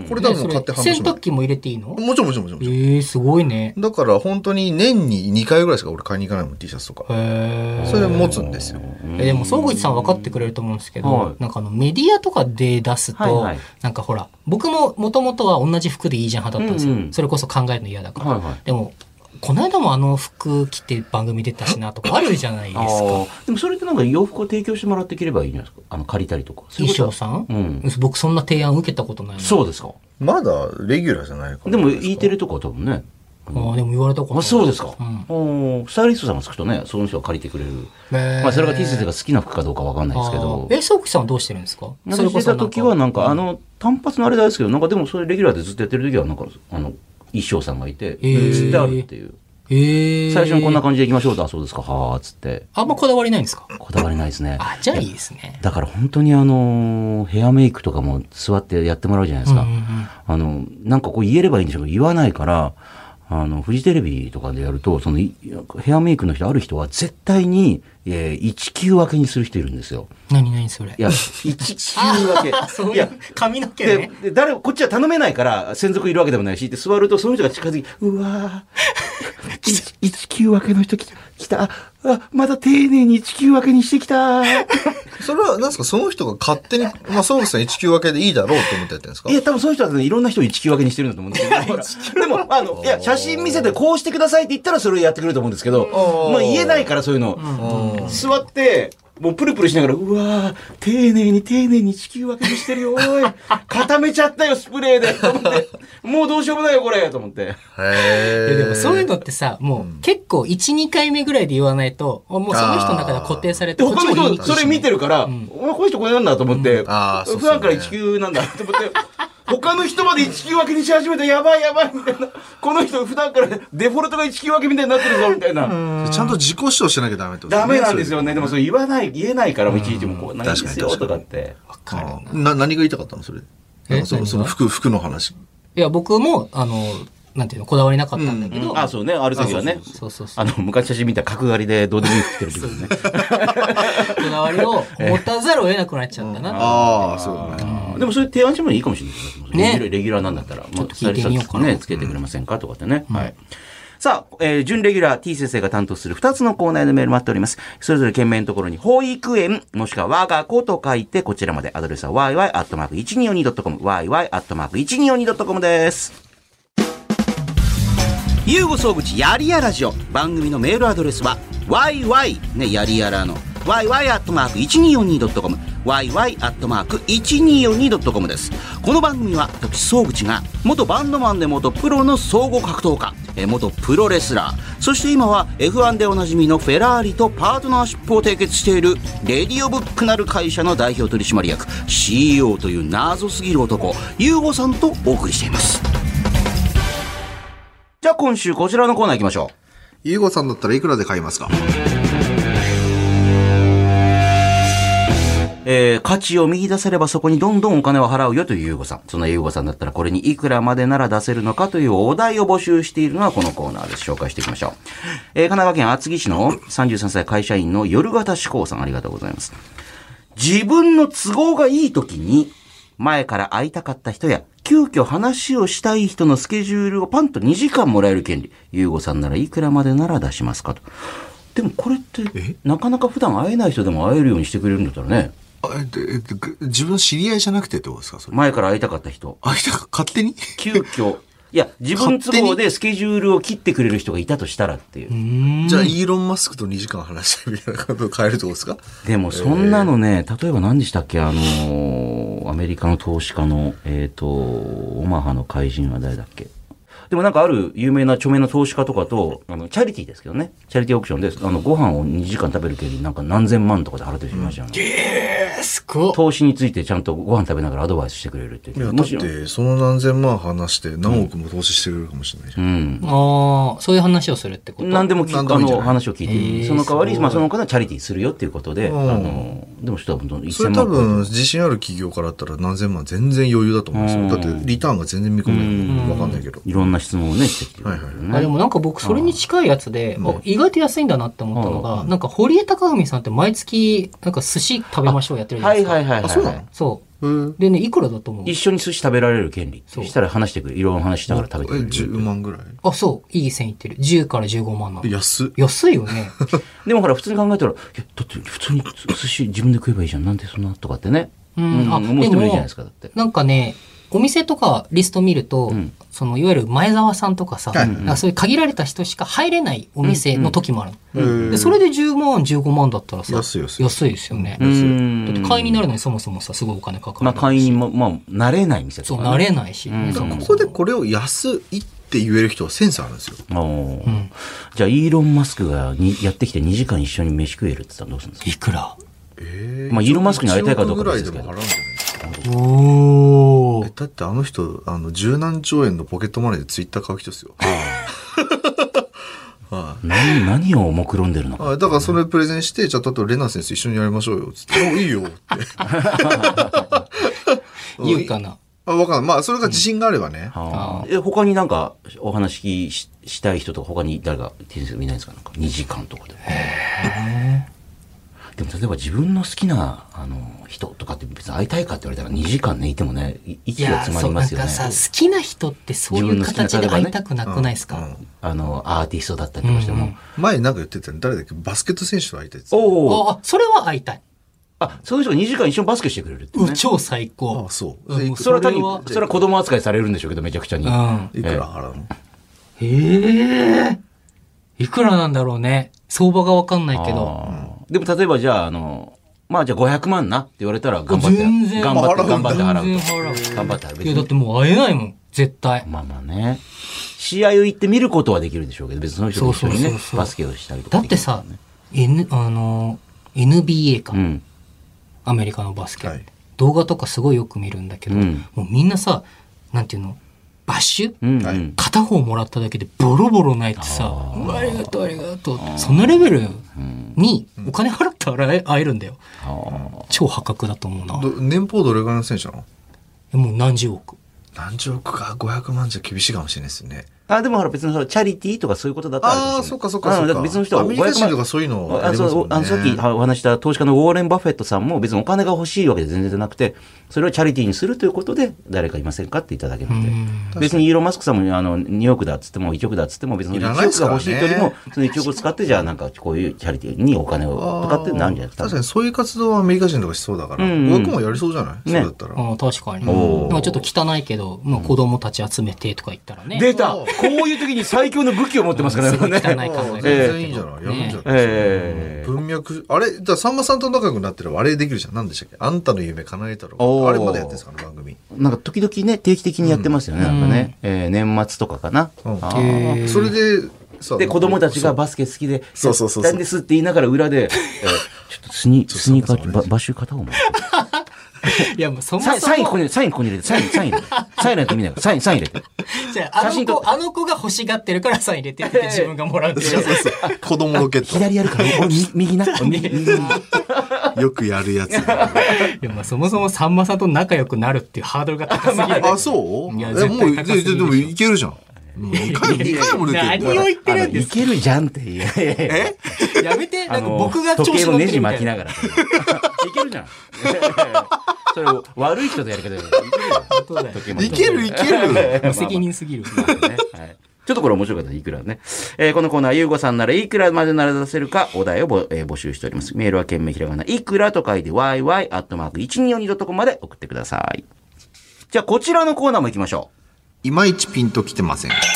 これ多分買って半年。洗濯機も入れていいの？ もちろんもちろんもちろん。 へー、すごいね。 だから本当に年ににかいぐらいしか俺買いに行かないもん、T シャツとか。へー。それで持つんですよ。 え、でも、総口さん分かってくれると思うんですけど、はい、なんかあの、メディアとかで出すと、はいはい、なんかほら、僕ももともとは同じ服でいいじゃん派だったんですよ。うんうん、それこそ考えるの嫌だから。はいはい、でも、この間もあの服着て番組出たしなとかあるじゃないですか。 でもそれってなんか洋服を提供してもらってきればいいんじゃないですか。あの借りたりとか。 衣装さん、うん、僕そんな提案受けたことないの。 そうですか。 まだレギュラーじゃないから。でも E テレとかは多分ね。 ああ、でも言われたことない。 あ、そうですか。うん。スタイリストさんがつくとね、その人が借りてくれる。まあそれが T 先生が好きな服かどうかわかんないですけど。 え、ソーキさんはどうしてるんですか？ それこそ出た時はなんか、あの、単発のあれですけど、なんかでもそれレギュラーでずっとやってる時はなんか、あの、衣装さんがいて、つってあるっていう。 へ最初にこんな感じで行きましょうと、あ、そうですか、はーっつって。 あんまこだわりないんですか？ こだわりないですね。 あ、じゃあいいですね。 だから本当にあの、ヘアメイクとかも座ってやってもらうじゃないですか。うんうんうん、あの、なんかこう言えればいいんでしょうけど、言わないから、あの、フジテレビとかでやると、その、ヘアメイクの人、ある人は絶対に、えー、いち級分けにする人いるんですよ。 何何それ。 いや、いち級分け。 そういう髪の毛ね。 で、誰、こっちは頼めないから、専属いるわけでもないし、で、座るとその人が近づき、うわぁ、いち級分けの人来た、来た、あ、また丁寧にいち級分けにしてきた。 それは、なんですか、その人が勝手に、まあ、そうですね、いち級分けでいいだろうと思ってやってるんですか？ いや、多分その人はね、いろんな人をいち級分けにしてるんだと思うんですけど。でも、あの、いや、写真見せてこうしてくださいって言ったらそれをやってくれると思うんですけど、まあ言えないからそういうの。座って、もうプルプルしながら、うわー、丁寧に丁寧に地球分けにしてるよ、おい。固めちゃったよ、スプレーで。と思って。もうどうしようもないよ、これ。と思って。 へー。でもそういうのってさ、もう結構いち、にかいめぐらいで言わないと、もうその人の中で固定されて、 他の人それ見てるから、うん、お前この人これなんだと思って、うん、あ普段からいち級なんだと思って、他の人までいち級分けにし始めたやばいやばいみたいな。この人普段からデフォルトがいち級分けみたいになってるぞみたいな。 ちゃんと自己主張しなきゃダメってことですね。ダメなんですよね。でもそれ言わない、言えないから、いちいちもこう、ないですよとかって。 わかるな。何が言いたかったのそれ。なんかその、その服、服の話。 いや、僕も、あの、なんていうの、こだわりなかったんだけど。うん、 あ、そうね、ある時はね。 そうそうそう。 あの、昔写真見た角刈りでどうでもいい服着てる時ね。 こだわりを持たざるを得なくなっちゃったな。 ああ、そうね。 でもそれ提案してもいいかもしれないですね。レギュラーなんだったら。 ちょっと聞いてみようかな。 ね、つけてくれませんかとかってね。はい。さあ、えー、準レギュラー T 先生が担当するふたつのコーナーのメール待っております。それぞれ件名のところに、保育園、もしくは我が子と書いて、こちらまでアドレスは ワイワイアットマークいちにーよんにードットコム、ワイワイアットマークいちにーよんにードットコム です。ゆうご総口やりやラジオ。番組のメールアドレスは、ワイワイ、ね、やりやらの、ワイワイアットマークいちにーよんにードットコム、ワイワイアットマークいちにーよんにードットコム です。この番組は私総口が元バンドマンで元プロの総合格闘家、元プロレスラー、そして今は エフワン でおなじみのフェラーリとパートナーシップを締結しているレディオブックなる会社の代表取締役 シーイーオー という謎すぎる男ゆうごさんとお送りしています。じゃあ今週こちらのコーナー行きましょう。 ゆうごさんだったらいくらで買いますか？ えー、価値を見出せればそこにどんどんお金を払うよというゆうごさん。そのゆうごさんだったらこれにいくらまでなら出せるのかというお題を募集しているのはこのコーナーです。紹介していきましょう。えー、神奈川県厚木市のさんじゅうさんさい会社員の夜型志向さん、ありがとうございます。自分の都合がいい時に前から会いたかった人や、急遽話をしたい人のスケジュールをパンとにじかんもらえる権利。ゆうごさんならいくらまでなら出しますかと。でもこれって、なかなか普段会えない人でも会えるようにしてくれるんだったらね。 あでで自分の知り合いじゃなくてってことですかそれ。 前から会いたかった人。 会いたか、勝手に急遽。いや、自分都合でスケジュールを切ってくれる人がいたとしたらっていう。 うじゃあ、イーロン・マスクとにじかん話したいみたいなことを変えるってことですか。 でも、そんなのね、えー、例えば何でしたっけ、あのー、アメリカの投資家の、えっと、オマハの怪人は誰だっけ。でもなんかある有名な著名な投資家とかと、あの、チャリティーですけどね。チャリティーオークションで、あの、ご飯をにじかん食べる権利なんか何千万とかで払ってる人いましたよね。 えー、すごい。 投資についてちゃんとご飯食べながらアドバイスしてくれるっていう。 いや、だって、その何千万話して何億も投資してくれるかもしれないじゃん。うん。 ああ、そういう話をするってこと。 何でも聞く、あの、話を聞いていい。その代わり、まあ、その方はチャリティーするよっていうことで、あの、でもちょっと本当にそれ多分、自信ある企業からだったら何千万全然余裕だと思うんですよ。だって、リターンが全然見込めない。わかんないけど。 いろんな質問をね、してきて。 はいはい、あでもなんか僕それに近いやつで、うん、意外と安いんだなって思ったのが、うん、なんか堀江貴文さんって毎月なんか寿司食べましょうやってるじゃないですか。 はいはいはい、はい、 あ、そうなの？そう。でね、いくらだと思う？ 一緒に寿司食べられる権利。そしたら話してくれ。いろんな話しながら食べてくれる。 え、じゅうまんぐらい？ あ、そう。いい線いってる。じゅうからじゅうごまんなの。 安っ。 安いよね。 でもほら普通に考えたら、いや、だって普通に寿司自分で食えばいいじゃん。なんでそんなとかってね。うん。うん、あ、思う人もいるじゃないですか、だって。 なんかね、お店とかリスト見ると、うん、そのいわゆる前澤さんとかさ、うんうん、そういう限られた人しか入れないお店の時もある、うんうん、でそれでじゅうまんじゅうごまんだったらさ安い安い安いですよね、うん、だって会員になるのにそもそもさすごいお金かかる、 まあ、会員も、まあ、慣れない店とか、ね、 そう慣れないし、うん、 ここでこれを安いって言える人はセンスあるんですよ、 うん、じゃあイーロン・マスクがにやってきてにじかん一緒に飯食えるって言ったらどうするんですか？ いくら？ えー、まあイーロン・マスクに会いたいかどうかですけど。 おー。 だってあの人、あの、十何兆円のポケットマネーでツイッター買う人ですよ。 はあ、何, 何を目論んでるのか。 だからそれプレゼンして、じゃあ、だとレナ先生一緒にやりましょうよ。つって。お、いいよって。 言うかな。 あ、わかんない。まあ、それが自信があればね。 うん、はあ、え、他になんかお話 し, したい人とか他に誰か先生いないんですか？なんかにじかんとかで。へー。でも例えば自分の好きなあの人とかって別に会いたいかって言われたらにじかんねいてもね息が詰まりますよね。 いや、そうなんかさ好きな人ってそういう形で会いたくなくないですか？ね、うんうん、 あのアーティストだったりとかしても、うんうん、 前なんか言ってたの誰だっけバスケット選手と会いたいって。 おあそれは会いたい。 あそういう人がにじかん一緒にバスケしてくれるって、ね、 超最高。 あそう、 うん、それは単にそれは子供扱いされるんでしょうけどめちゃくちゃに、うん、 いくら払うの？ へえいくらなんだろうね相場が分かんないけど、 うん、でも例えばじゃああのまあじゃあごひゃくまんなって言われたら頑張って全然頑張って頑張って払うと。 全然払う。 頑張って払う。 いやだってもう会えないもん絶対。 まあまあね。試合を行って見ることはできるでしょうけど別にその人と一緒にねそうそうそうそうバスケをしたりとか、 ね。だってさ、N あの エヌビーエー か、うん、アメリカのバスケ、はい、動画とかすごいよく見るんだけど、うん、もうみんなさなんていうの。バッシュ、うんうん、片方もらっただけでボロボロ泣いてさあ, ありがとうありがとうそのレベルにお金払って会えるんだよ、うん、超破格だと思うな。 年俸どれぐらいの選手なの？ もう何十億何十億かごひゃくまんじゃ厳しいかもしれないですね。 あでもほら別にそのチャリティーとかそういうことだったらああそうかそうかそうか。 別の人はアメリカ人とかそういうのありますもんね。 あのさっきお話した投資家のウォーレン・バフェットさんも別にお金が欲しいわけで全然じゃなくてそれをチャリティーにするということで誰かいませんかって言っただけなんで別にイーロン・マスクさんもあのにおくだっつってもいちおくだっつっても別にいちおくが欲しいとよりもそのいちおくを使ってじゃあなんかこういうチャリティーにお金をとかってなるんじゃないですか。 確かにそういう活動はアメリカ人とかしそうだから、うんうん、僕もやりそうじゃない、ね、そうだったらあ確かに、うん、でもちょっと汚いけど、まあ、子供たち集めてとか言ったらね出たこういう時に最強の武器を持ってますからね。 汚い考え全然いいんじゃない、えー、やるんじゃない、えー、文脈あれじゃあさんまさんと仲良くなってるあれできるじゃん何でしたっけあんたの夢叶えたろあれまだやってるんですかね番組なんか時々ね定期的にやってますよね、うん、なんかね、えー、年末とかかな、 うん、あそれでで子供たちがバスケ好きでそうそうそうやったんですって言いながら裏で、えー、ちょっとスニスニーカーババッシュ片方もいやもうそもそもサインここにサインここに入れてサインサイン入れてサインなんて見ないからサインサイン入れてじゃああの子あの子が欲しがってるからサイン入れてって自分がもらうっていう子供ロケット左やるから右なよくやるやついやまあそもそもさんまさんと仲良くなるっていうハードルが高すぎるあそういや絶対高すぎるでもいけるじゃんもうにかい、にかいも出てる。 何を言ってるんですか。 いけるじゃんって言え。 えやめて、なんか僕が調時計子乗ってるみたのネジ巻きいな。 ながら。いけるじゃん。それ悪い人とやり方でいけるそうだよじゃん。 いけるいける。 無責任すぎる。 まあねはいちょっとこれ面白かったです。いくらね。えーこのコーナー、ゆうごさんならいくらまでなら出せるか、お題をぼ、えー募集しております。メールは懸命ひらがな、いくらと書いて、ワイワイアットマークいちにーよんにードットコム まで送ってください。じゃあ、こちらのコーナーも行きましょいまいちピンときてません。 う。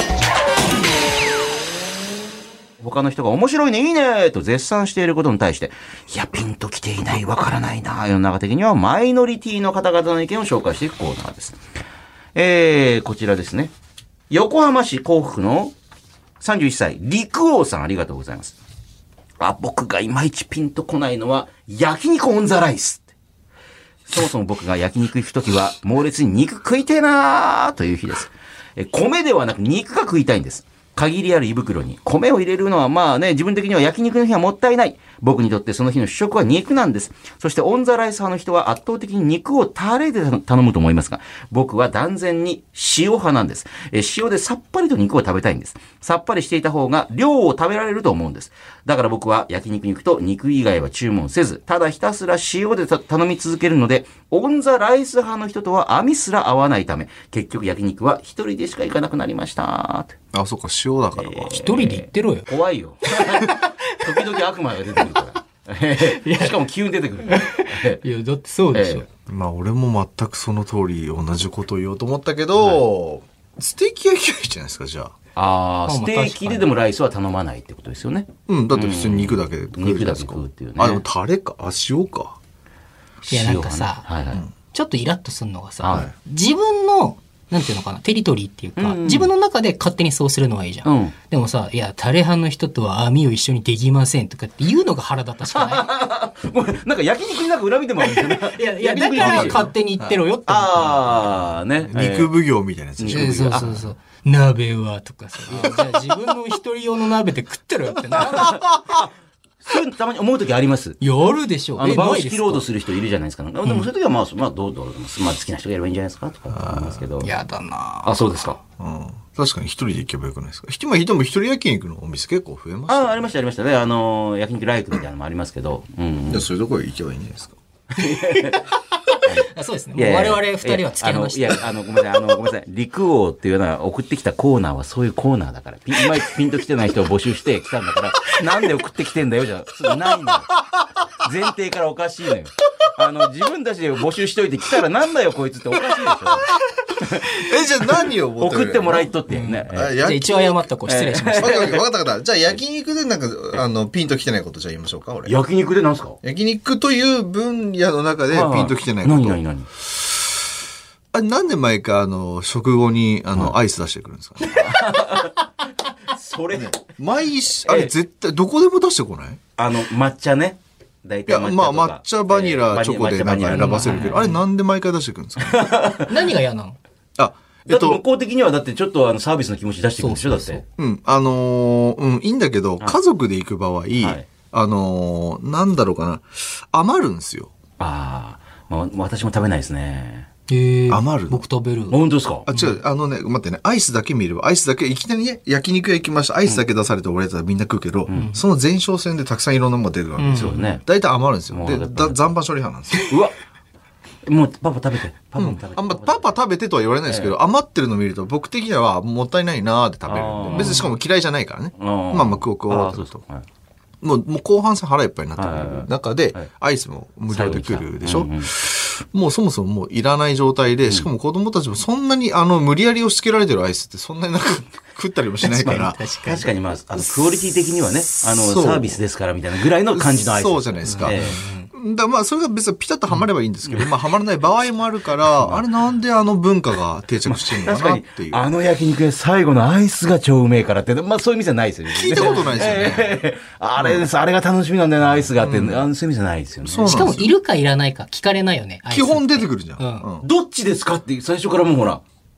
他の人が面白いね、いいねと絶賛していることに対して、いや、ピンときていない、わからないな。世の中的にはマイノリティの方々の意見を紹介していくコーナーです。えー、こちらですね。横浜市港北のさんじゅういっさい、陸王さんありがとうございます。あ、僕がいまいちピンとこないのは、焼肉オンザライス。そもそも僕が焼肉行くときは、猛烈に肉食いてえなーという日です。え、米ではなく肉が食いたいんです。限りある胃袋に米を入れるのはまあね、自分的には焼肉の日はもったいない。僕にとってその日の主食は肉なんです。そしてオンザライス派の人は圧倒的に肉をタレで頼むと思いますが、僕は断然に塩派なんです。え塩でさっぱりと肉を食べたいんです。さっぱりしていた方が量を食べられると思うんです。だから僕は焼肉に行くと肉以外は注文せず、ただひたすら塩で頼み続けるので、オンザライス派の人とは網すら合わないため、結局焼肉は一人でしか行かなくなりました。 あ、そうか、塩だからか。 一人で言ってろよ。 怖いよ。時々悪魔が出てくるから。しかも急に出てくる。 いや、だってそうでしょ。 えまあ、俺も全くその通り同じことを言おうと思ったけど、ステーキ焼きがいいじゃないですか、じゃあ。 ああ、 まあステーキででもライスは頼まないってことですよね。 うん、だって普通に肉だけで食うじゃない肉だけですか食うっていうね。 あ、でもタレか。あ、塩か。 いや、なんかさ、 はいはい。 ちょっとイラッとするのがさ、 はい自分の、なんていうのかな、テリトリーっていうか、 うんうん自分の中で勝手にそうするのはいいじゃん。 うんでもさ、いや、タレ派の人とは網を一緒にできませんとかって言うのが腹立ったしかなごめん、なんか焼肉になんか恨みでもあるんですよね。 い。いや、いや、だ焼肉にから勝手に言ってろよって思った。 ああ、ね。 肉奉行みたいなやつでしょ。 えーそうそうそう。鍋はとかさ。いや、じゃあ自分の一人用の鍋で食ってろよってな。 そういうのたまに思うときあります。 やるでしょ。 あの、バウないですかシキロードする人いるじゃないですか。でもそういう時はまあ、まあ、どう、どう、まあ好きな人がやればいいんじゃないですかとか思いますけど。 やだなあ、そうですか。 うん。確かに一人で行けばよくないですか。今、人も一人焼肉のお店結構増えましたね。 ああ、ありました、ありましたね。あの、焼肉ライクみたいなのもありますけど。うん。 じゃあそういうところ行けばいいんじゃないですか。 あそうですね。もう我々二人は突き放して。 いや、あの、いやあのごめんなさい、あの、ごめんなさい。陸王っていうのは送ってきたコーナーはそういうコーナーだから。ピいまいちピンと来てない人を募集して来たんだから、なんで送ってきてんだよじゃ、ないのよ。前提からおかしいのよ。あの、自分たちで募集しといて来たらなんだよこいつっておかしいでしょ。 え、じゃあ何を求める送ってもらいとってね。 あえじゃあ一応謝った子失礼しました。 わかったわかったわかった。じゃあ焼肉でなんか、あの、ピンと来てないことじゃあ言いましょうか、俺。 焼肉でなんすか焼肉という分野の中でピンと来てないこと。 何何何あれ、なんで毎回あの、食後にあの、アイス出してくるんですかね。 それ、 毎し、あれ絶対、どこでも出してこないあの、抹茶ね。大いや、 体抹茶とか。 まあ、抹茶、バニラ、チョコでなんか選ばせるけど、あれななんで毎回出してくるんですか何が嫌なの？ あ、えだって向っと、 こう的にはだってちょっとあのサービスの気持ち出してくるんでしょだって。 うん、あのー、うん、いいんだけど、家族で行く場合、 いあのー、なんだろうかな、余るんですよ。 ああ、まあ、私も食べないですね。 へー余るの僕食べる。 本当ですかあ、違う、あのね、待ってね、アイスだけ見れば、アイスだけ、いきなりね、焼肉屋行きました、アイスだけ出されて俺やったらみんな食うけど、その前哨戦でたくさんいろんなものが出るわけですよ。 そうね。 大体余るんですよ。で、 もうだってだ残飯処理派なんですよ。 うわもうパパ食べて。パパも食べて。 あんま、パパ食べてとは言われないですけど、余ってるの見ると僕的にはもったいないなーって食べるんあーで。別にしかも嫌いじゃないからね。 あーまあまあ食おう食おうああ、 ってそうですか。はいもう、もう後半戦腹いっぱいになってくはいはいはいる中ではい、 アイスも無料で来るでしょうんうんもうそもそももういらない状態で、しかも子供たちもそんなにあの無理やり押し付けられてるアイスってそんなになんか食ったりもしないから。 確かにまあ、あの、クオリティ的にはね、あの、 そうサービスですからみたいなぐらいの感じのアイス。 そうじゃないですか。 えだからまあそれが別にピタッとはまればいいんですけど、まあはまらない場合もあるから、あれなんであの文化が定着してるの確かにかなっていう。、 あの焼肉屋最後のアイスが超うめえからって、まあそういう店はないですよね。 聞いたことないですよね。 ええあれです、あれが楽しみなんだよな、アイスがあって、あのそういう店ないですよね。 そうしかもいるかいらないか聞かれないよね。 基本出てくるじゃん。 うんうんどっちですかって最初からもうほら、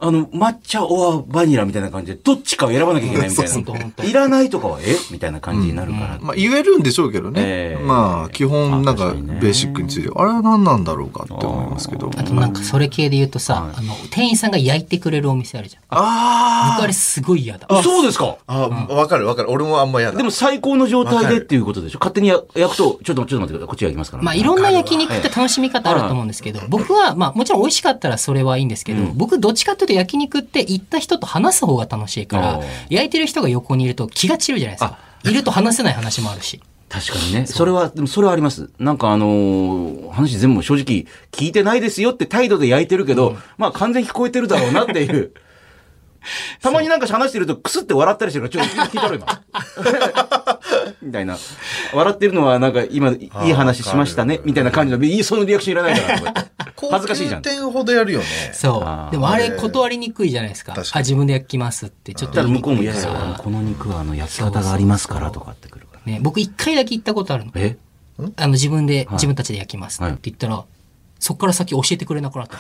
あの、抹茶オアバニラみたいな感じで、どっちかを選ばなきゃいけないみたいな。いらないとかは、えみたいな感じになるから。 うん、まあ、言えるんでしょうけどね。えー、まあ、基本、なんか、ベーシックについて、あれは何なんだろうかって思いますけど。 あと、なんか、それ系で言うとさ、あの、店員さんが焼いてくれるお店あるじゃん。ああ。僕あれすごい嫌だ。 あ、そうですか。 あ、わかるわかる。俺もあんま嫌だ。 でも、最高の状態でっていうことでしょ。勝手に焼くと、ちょっと、ちょっと待ってください。こっち焼きますから。 まあ、いろんな焼肉って楽しみ方あると思うんですけど、僕は、まあ、もちろん美味しかったらそれはいいんですけど、僕、どっちかっていうと焼肉って行った人と話す方が楽しいから、焼いてる人が横にいると気が散るじゃないですか。いると話せない話もあるし。 確かにね。それは、でもそれはあります。なんかあのー、話全部正直聞いてないですよって態度で焼いてるけど、うん、まあ完全に聞こえてるだろうなっていう。たまになんか話してるとクスって笑ったりしてるから、ちょっと聞いたろ今。みたいな。笑ってるのはなんか今いい話しましたねみたいな感じの、いいそのリアクションいらないからとかって。恥ずかしいじゃん。 高級店ほどやるよね。 そう。でもあれ断りにくいじゃないですか。あ、自分で焼きますってちょっと言いにくいから。向こうも嫌ですよ。この肉はあの焼き方がありますからとかってくるから。 ね、僕一回だけ行ったことあるの。え？あの自分で、自分たちで焼きますって言ったら、そっから先教えてくれなくなった。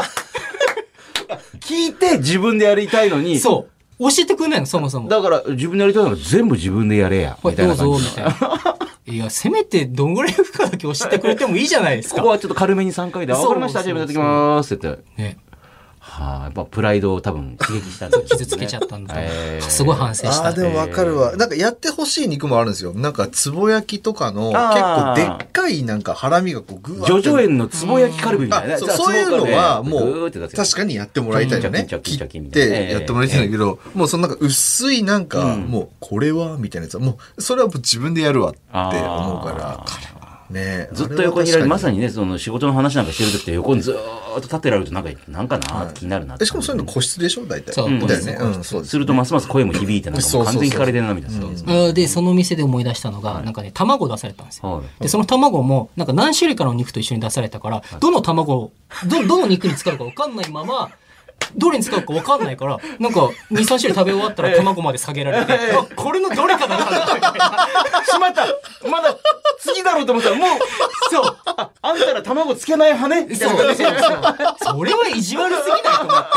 聞いて自分でやりたいのに。 そう。教えてくれないの、そもそも。 だから自分でやりたいのが全部自分でやれや。 はい、どうぞ、みたいな。いや、せめてどんぐらい負荷だけ教えてくれてもいいじゃないですか。 ここはちょっと軽めにさんかいで、わかりました、じゃあやってきまーすって言って。ね。はあ、やっぱプライドを多分刺激したんですね。 傷つけちゃったんだと思う。すごい反省した。 ああ、でもわかるわ。なんかやってほしい肉もあるんですよ。なんかつぼ焼きとかの結構でっかいなんかハラミがこうグワッて。 ジョジョ園のつぼ焼きカルビみたいな。 そう、そういうのはもう確かにやってもらいたいよね。切ってやってもらいたいんだけど、もうそのなんか薄いなんかもうこれはみたいなやつはもうそれは自分でやるわって思うから。ね、 ずっと横にいられる、まさにね、その仕事の話なんかしてるときって横にずーっと立ってられるとなんか、なんかな、はい、気になるなって。 しかもそういうの個室でしょ大体。 そう。 だよね。うん、そうです。 するとますます声も響いてなんかもう完全に聞かれてるなみたいな。 で、その店で思い出したのが、はい、なんかね、卵出されたんですよ。はい、で、その卵も、なんか何種類かの肉と一緒に出されたから、はい、どの卵を、ど、どの肉に使うか分かんないまま、どれに使うか分かんないから、なんか、に、さん種類食べ終わったら卵まで下げられて、あ、これのどれかだな、みたいな。 しまったまだ、次だろうと思ったら、もう、そう、あ、あんたら卵つけない派ねみたいな。そうそうそう。 それは意地悪すぎないと思って。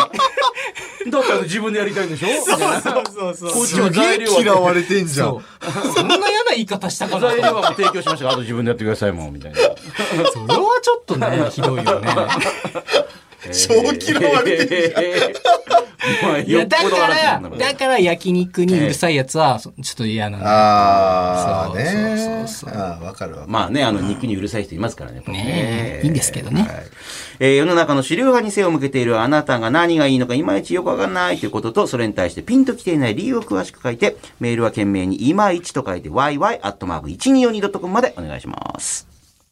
だったら自分でやりたいんでしょそうそうそう。こっちは材料嫌われてんじゃん。 そんな嫌な言い方したかな。 材料はもう提供しましたから、あと自分でやってくださいもん、みたいな。それはちょっとね、ひどいよね。 超嫌われてるじゃん。いや、だから、だから焼肉にうるさいやつは、ちょっと嫌なんだ。 ああ、ね。そうそうそう。ああ、わかるわ。 まあね、あの、肉にうるさい人いますからね。 ねえ。いいんですけどね。 えー、世の中の主流派に背を向けているあなたが何がいいのかいまいちよくわかんないということと、それに対してピンときていない理由を詳しく書いて、メールは懸命にいまいちと書いて ワイワイアットマークいちにーよんにードットコム までお願いします。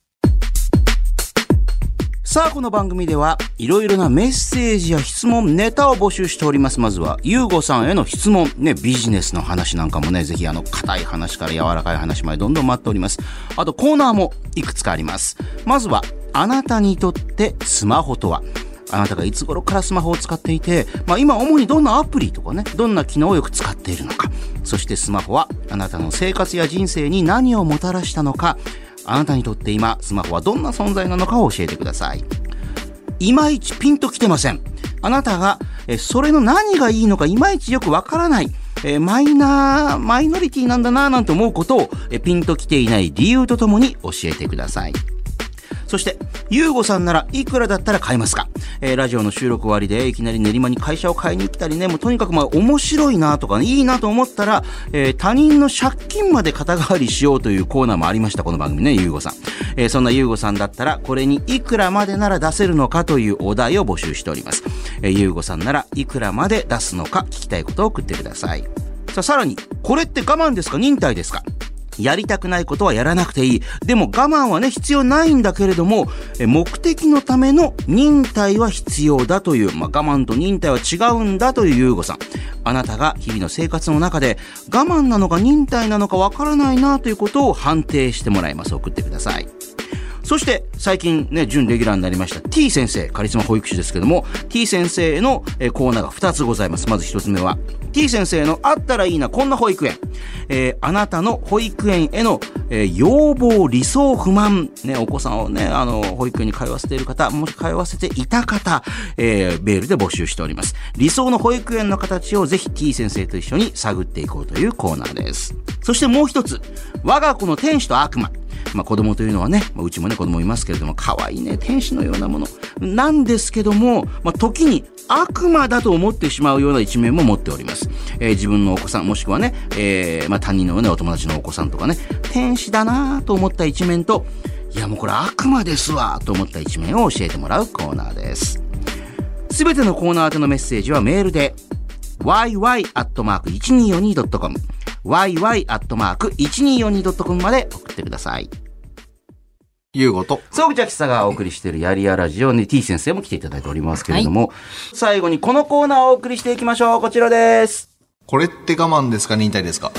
さあ、この番組ではいろいろなメッセージや質問、ネタを募集しております。まずは、ゆうごさんへの質問、ね、ビジネスの話なんかもね、ぜひあの、硬い話から柔らかい話までどんどん待っております。あと、コーナーもいくつかあります。まずは、あなたにとってスマホとは？あなたがいつ頃からスマホを使っていて、まあ今主にどんなアプリとかね、どんな機能をよく使っているのか。そしてスマホはあなたの生活や人生に何をもたらしたのか。あなたにとって今、スマホはどんな存在なのかを教えてください。いまいちピンときてません。あなたが、えそれの何がいいのかいまいちよくわからない。えマイナー、マイノリティなんだなぁなんて思うことを、えピンときていない理由とともに教えてください。そして、ゆうごさんならいくらだったら買いますか？えー、ラジオの収録終わりでいきなり練馬に会社を買いに来たりね、もうとにかくまあ面白いなとか、ね、いいなと思ったら、えー、他人の借金まで肩代わりしようというコーナーもありました、この番組ね、ゆうごさん。えー、そんなゆうごさんだったら、これにいくらまでなら出せるのかというお題を募集しております。えー、ゆうごさんならいくらまで出すのか聞きたいことを送ってください。さあ、さらに、これって我慢ですか？忍耐ですか？やりたくないことはやらなくていい。でも我慢はね、必要ないんだけれども、目的のための忍耐は必要だという、まあ、我慢と忍耐は違うんだというゆうごさん。あなたが日々の生活の中で我慢なのか忍耐なのかわからないなということを判定してもらいます。送ってください。 そして最近ね、準レギュラーになりました T 先生、カリスマ保育士ですけども、T 先生のコーナーがふたつございます。まずひとつめは T 先生のあったらいいなこんな保育園、えー、あなたの保育園への、えー、要望、理想、不満、ね、お子さんをね、あの保育園に通わせている方、もし通わせていた方、えー、メールで募集しております。理想の保育園の形をぜひ T 先生と一緒に探っていこうというコーナーです。そしてもう一つ、我が子の天使と悪魔。まあ子供というのはね、まあ、うちもね子供いますけれども、可愛いね、天使のようなものなんですけども、まあ時に悪魔だと思ってしまうような一面も持っております。えー、自分のお子さん、もしくはね、えー、まあ他人のね、お友達のお子さんとかね、天使だなと思った一面と、いやもうこれ悪魔ですわと思った一面を教えてもらうコーナーです。すべてのコーナー宛てのメッセージはメールで ワイワイアットマークいちにーよんにードットコム ワイワイアットマークいちにーよんにードットコム まで送ってください。 ゆうごと総口秋さがお送りしているやりやラジオに T 先生も来ていただいておりますけれども、はい、最後にこのコーナーをお送りしていきましょう。こちらです。 これって我慢ですか忍耐ですか？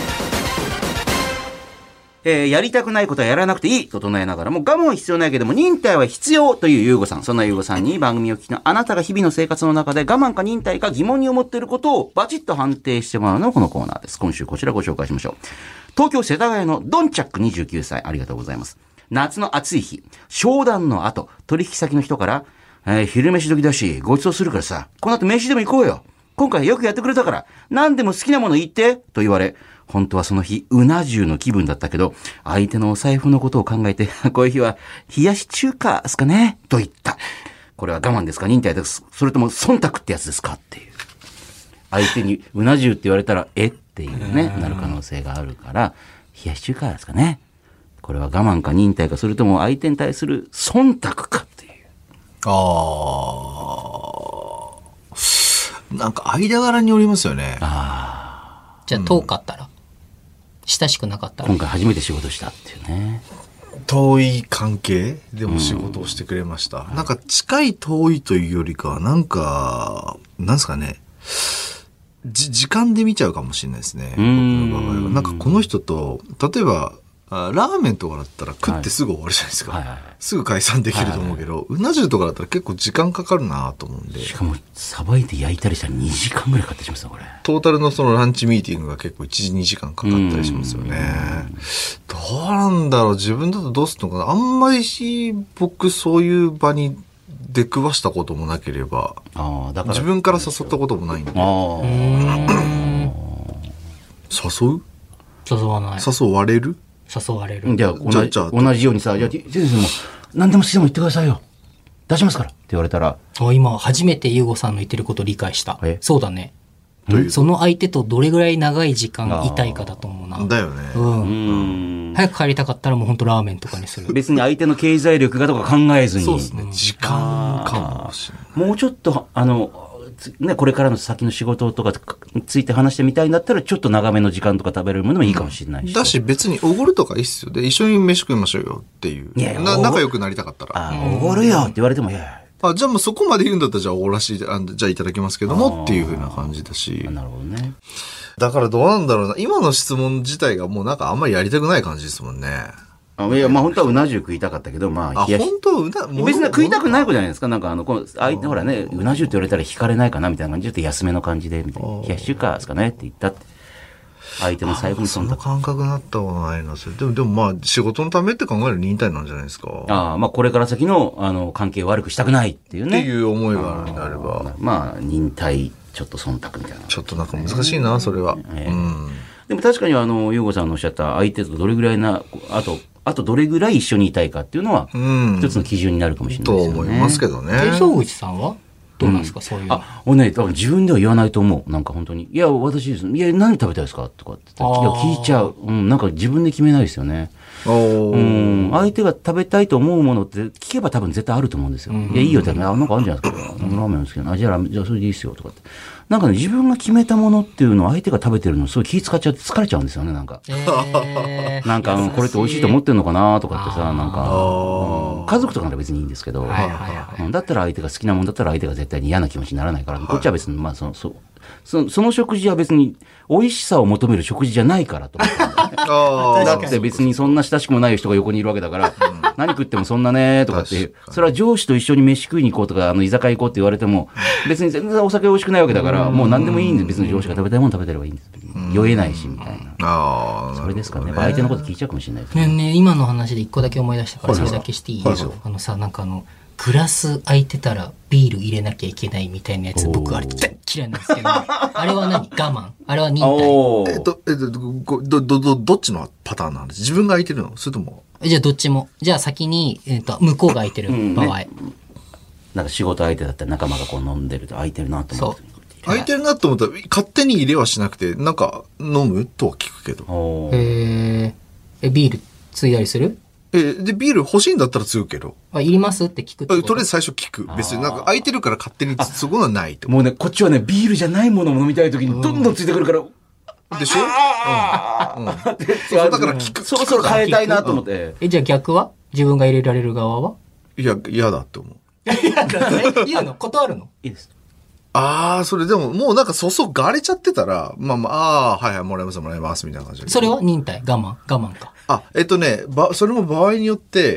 えー、やりたくないことはやらなくていいと唱えながらも、我慢は必要ないけども忍耐は必要というゆうごさん。そんなゆうごさんに番組を聞きのあなたが日々の生活の中で我慢か忍耐か疑問に思っていることをバチッと判定してもらうのがこのコーナーです。今週こちらご紹介しましょう。東京世田谷のドンチャックにじゅうきゅうさい、ありがとうございます。夏の暑い日、商談の後、取引先の人から、えー、昼飯時だし、ご馳走するからさ、この後飯でも行こうよ。今回よくやってくれたから、何でも好きなもの言って、と言われ、本当はその日、うな重の気分だったけど、相手のお財布のことを考えて、こういう日は、冷やし中華ですかねと言った。これは我慢ですか忍耐です。それとも忖度ってやつですかっていう。相手にうな重って言われたら、えっていうね、なる可能性があるから、冷やし中華ですかね。これは我慢か忍耐か、それとも相手に対する忖度かっていう。 あー。なんか間柄によりますよね。 ああ。じゃあ遠かったら、うん、親しくなかったら。 今回初めて仕事したっていうね。 遠い関係でも仕事をしてくれました。うん、なんか近い遠いというよりかは、なんか、なんですかね。じ、時間で見ちゃうかもしれないですね。僕の場合は。なんかこの人と、例えば、あラーメンとかだったら食ってすぐ終わるじゃないですか。はいはいはい、すぐ解散できると思うけど、はいはいはい、うな重とかだったら結構時間かかるなと思うんで。 しかも、さばいて焼いたりしたらにじかんぐらいかかってしまうこれ。 トータルのそのランチミーティングが結構いちじにじかんかかったりしますよね。どうなんだろう自分だとどうするのかなあんまりし、僕そういう場に出くわしたこともなければ、あだから自分から誘ったこともないんで。あ誘う誘わない。 誘われる誘われる。 じゃあ同じ、同じようにさ、じゃあ先生も何でも好きでも言ってくださいよ。出しますからって言われたら。 あ、今初めてゆうごさんの言ってることを理解した。そうだね。その相手とどれぐらい長い時間いたいかだと思うな。 だよね。 うん。うん早く帰りたかったらもう本当ラーメンとかにする。 別に相手の経済力がとか考えずに。 そうですね。時間かもしれない。 もうちょっと、あの、ね、これからの先の仕事とかについて話してみたいんだったらちょっと長めの時間とか食べるものもいいかもしれないし、 うん、だし別におごるとかいいっすよで一緒に飯食いましょうよっていういやいやな仲良くなりたかったらおごるよって言われてもいやあじゃあもうそこまで言うんだったらじゃあおごらしいあじゃあいただきますけどもっていう風な感じだしなるほどねだからどうなんだろうな今の質問自体がもうなんかあんまりやりたくない感じですもんねいや、まあ本当はうな重食いたかったけど、まあ、 冷やし。本当はうな、 別に食いたくない子じゃないですか。なんかあの、この、相手、ほらね、うな重って言われたら惹かれないかなみたいな感じで、ちょっと安めの感じで、みたいな。冷やし中華ですかねって言ったって。相手の財布にそんな感覚になったことないな、それ。でも、でもまあ、仕事のためって考える忍耐なんじゃないですか。 ああ、まあこれから先の、あの、関係を悪くしたくないっていうね。 っていう思いがあるんであれば。 まあ、忍耐、ちょっと忖度みたいな。 ちょっとなんか難しいな、それは。えー、うん。 でも確かにあの、ゆうごさんのおっしゃった相手とどれぐらいな、あと、あとどれぐらい一緒にいたいかっていうのは、一つの基準になるかもしれないですよね。 と思いますけどね。 手相口さんはどうなんですか、うん、そういうの。 あ、俺ね、自分では言わないと思う。なんか本当に。いや、私です。いや、何食べたいですかとかって。いや、聞いちゃう。うん、なんか自分で決めないですよね。うん、相手が食べたいと思うものって聞けば多分絶対あると思うんですよ。うん、いや、いいよって、あ、なんかあるんじゃないですか。ラーメン好きな。あ、じゃあ、じゃあそれでいいですよとかって。なんかね、自分が決めたものっていうのを相手が食べてるのすごい気使っちゃって疲れちゃうんですよね、なんか。えー、なんか、これって美味しいと思ってんのかなとかってさ、なんか、うん、家族とかなら別にいいんですけど、はいはいはい、だったら相手が好きなもんだったら相手が絶対に嫌な気持ちにならないから、はい、こっちは別に、まあ、その、そそその食事は別に美味しさを求める食事じゃないからと思って、ね、だって別にそんな親しくもない人が横にいるわけだから、 何食ってもそんなねとかって、それは上司と一緒に飯食いに行こうとか、あの、居酒屋行こうって言われても、別に全然お酒美味しくないわけだから、もう何でもいいんです。別に上司が食べたいもの食べてればいいんです。酔えないし、みたいな。ああ、それですかね。相手のこと聞いちゃうかもしれないですね。 ねね、今の話で一個だけ思い出したから、それだけしていい？あのさ、なんかあの、グラス空いてたらビール入れなきゃいけないみたいなやつ、僕あれ大嫌いなんですけど、あれは何？我慢？あれは忍耐？ えっと、えっと、ど、ど、ど、どっちのパターンなんです？自分が空いてるの？それとも？ じゃあどっちも。じゃあ先に、えっと、向こうが空いてる場合。うんね、 なんか仕事相手だったら仲間がこう飲んでると空いてるなと思って。 空いてるなと思ったら勝手に入れはしなくて、なんか飲むとは聞くけど。 へえ、ビールついだりする？ え、で、ビール欲しいんだったら継ぐけど。 あ、いりますって聞くってこと？ とりあえず最初聞く。別になんか空いてるから勝手に継ぐのはないと。 もうね、こっちはね、ビールじゃないものも飲みたいときにどんどんついてくるから。 でしょ？うん。うん。そうだから聞く。 そろそろ変えたいなと思って。 え、じゃあ逆は？自分が入れられる側は？ いや、嫌だって思う。 嫌だね。言うの？断るの？ いいです。 ああ、それでも、もうなんか注がれちゃってたら、まあまあ、ああ、はいはい、もらいます、もらいます、みたいな感じで。 それは忍耐？我慢？我慢か。 あ、えっとね、ば、それも場合によって、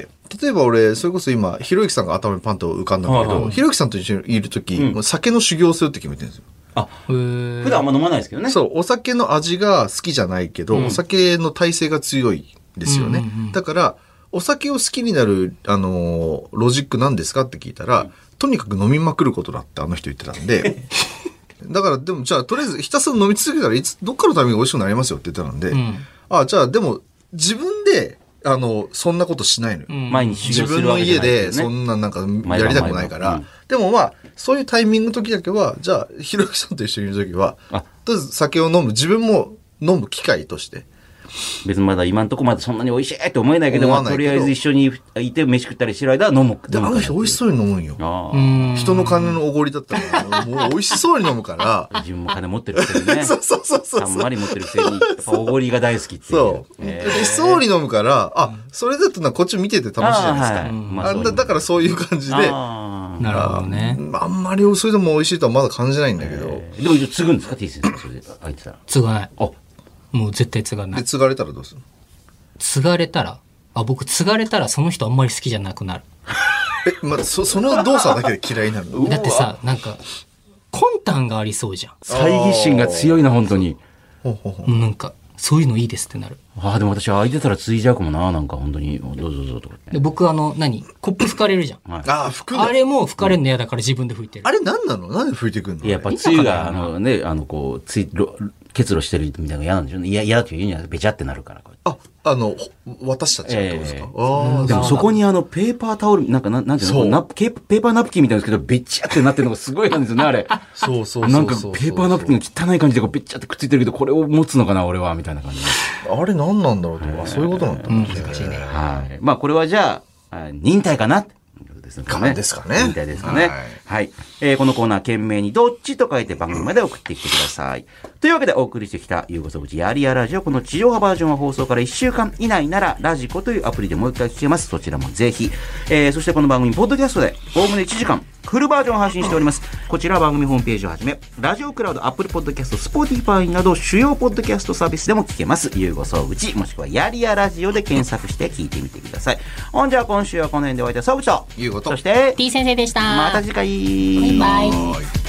例えば俺、それこそ今、ひろゆきさんが頭にパンと浮かんだんだけど、ひろゆきさんと一緒にいるとき、うん、もう酒の修行するって決めてるんですよ。 あ、普段あんま飲まないですけどね。 そう、お酒の味が好きじゃないけど、うん、お酒の耐性が強いですよね。うんうんうん、だから、お酒を好きになる、あのー、ロジックなんですかって聞いたら、うん、とにかく飲みまくることだってあの人言ってたんで、だからでもじゃあとりあえずひたすら飲み続けたらいつどっかのタイミング美味しくなりますよって言ってたんで、うん、あじゃあでも自分であのそんなことしないのよ、うん、 毎日修行するわけじゃないですよね。 自分の家でそんななんかやりたくないから、うん、でもまあそういうタイミングの時だけはじゃあひろゆきさんと一緒にいる時はとりあえず酒を飲む自分も飲む機会として別にまだ今んとこまでそんなに美味しいって思えないけど、まあ、とりあえず一緒にいて飯食ったりしてる間は飲む。 で、あの人美味しそうに飲むんよ。人の金のおごりだったら、もう美味しそうに飲むから。 自分も金持ってるくせにね。 そうそうそうそう。 あんまり持ってるくせに、やっぱおごりが大好きっていう。 そう。美味しそうに飲むから、あ、それだとなこっち見てて楽しいじゃないですか。はいまあ、あだ, だからそういう感じで。 なるほどね。 あんまりそれでも美味しいとはまだ感じないんだけど。 でも継ぐんですか T 先生それで空いてたら。 継がない。あ、もう絶対継がない。 で、継がれたらどうするの？ 継がれたらあ、僕継がれたらその人あんまり好きじゃなくなる。 え、まあ、そ、その動作だけで嫌いになるの？ だってさ、なんか、魂胆がありそうじゃん。 猜疑心が強いな、本当に。 ほうほうほう。もうなんか、そういうのいいですってなる。 ああ、でも私空いてたら継いじゃうかもな、なんか本当に。どうぞどうぞとか、ね。 で僕あの、何コップ拭かれるじゃん。はい、 ああ、拭くあれも拭かれるの嫌だから自分で拭いてる。 あれ何なの？なんで拭いてくんの？ いや、やっぱつゆが、あのね、あの、こう、つい、結露してるみたいなのが嫌なんでしょうね。嫌、嫌だというにはべちゃってなるから。 あ、あの、私たちはどうですか？えー、 あでもそこにあの、ペーパータオル、なんかな、なんていうのナペーパーナプキンみたいなんですけど、べちゃってなってるのがすごいなんですよね、あれ。 そうそうそうそう。 なんか、ペーパーナプキンが汚い感じでこう、べちゃってくっついてるけど、これを持つのかな、俺は、みたいな感じ。 あれ何なんだろうとか、そういうことなんだ、 ね。難しいね。 はい。まあ、これはじゃあ、忍耐かな。ですね。 ですかね。 忍耐ですかね。はい。はい、えー、このコーナー、懸命にどっちと書いて番組まで送ってきてください。というわけでお送りしてきた、ゆうごそぶちやりやラジオ。この地上波バージョンは放送からいっしゅうかん以内なら、ラジコというアプリでもう一回聞けます。そちらもぜひ。えー、そしてこの番組、ポッドキャストで、おおむねいちじかん、フルバージョンを配信しております。こちらは番組ホームページをはじめ、ラジオクラウド、アップルポッドキャスト、スポーティファイなど、主要ポッドキャストサービスでも聞けます。ゆうごそうぶち、もしくはやりやラジオで検索して聞いてみてください。ほんじゃあ今週はこの辺でお会いいたいそうぶちと、 ゆうごと、 そして、 T 先生でした。 また次回。 バイバイ。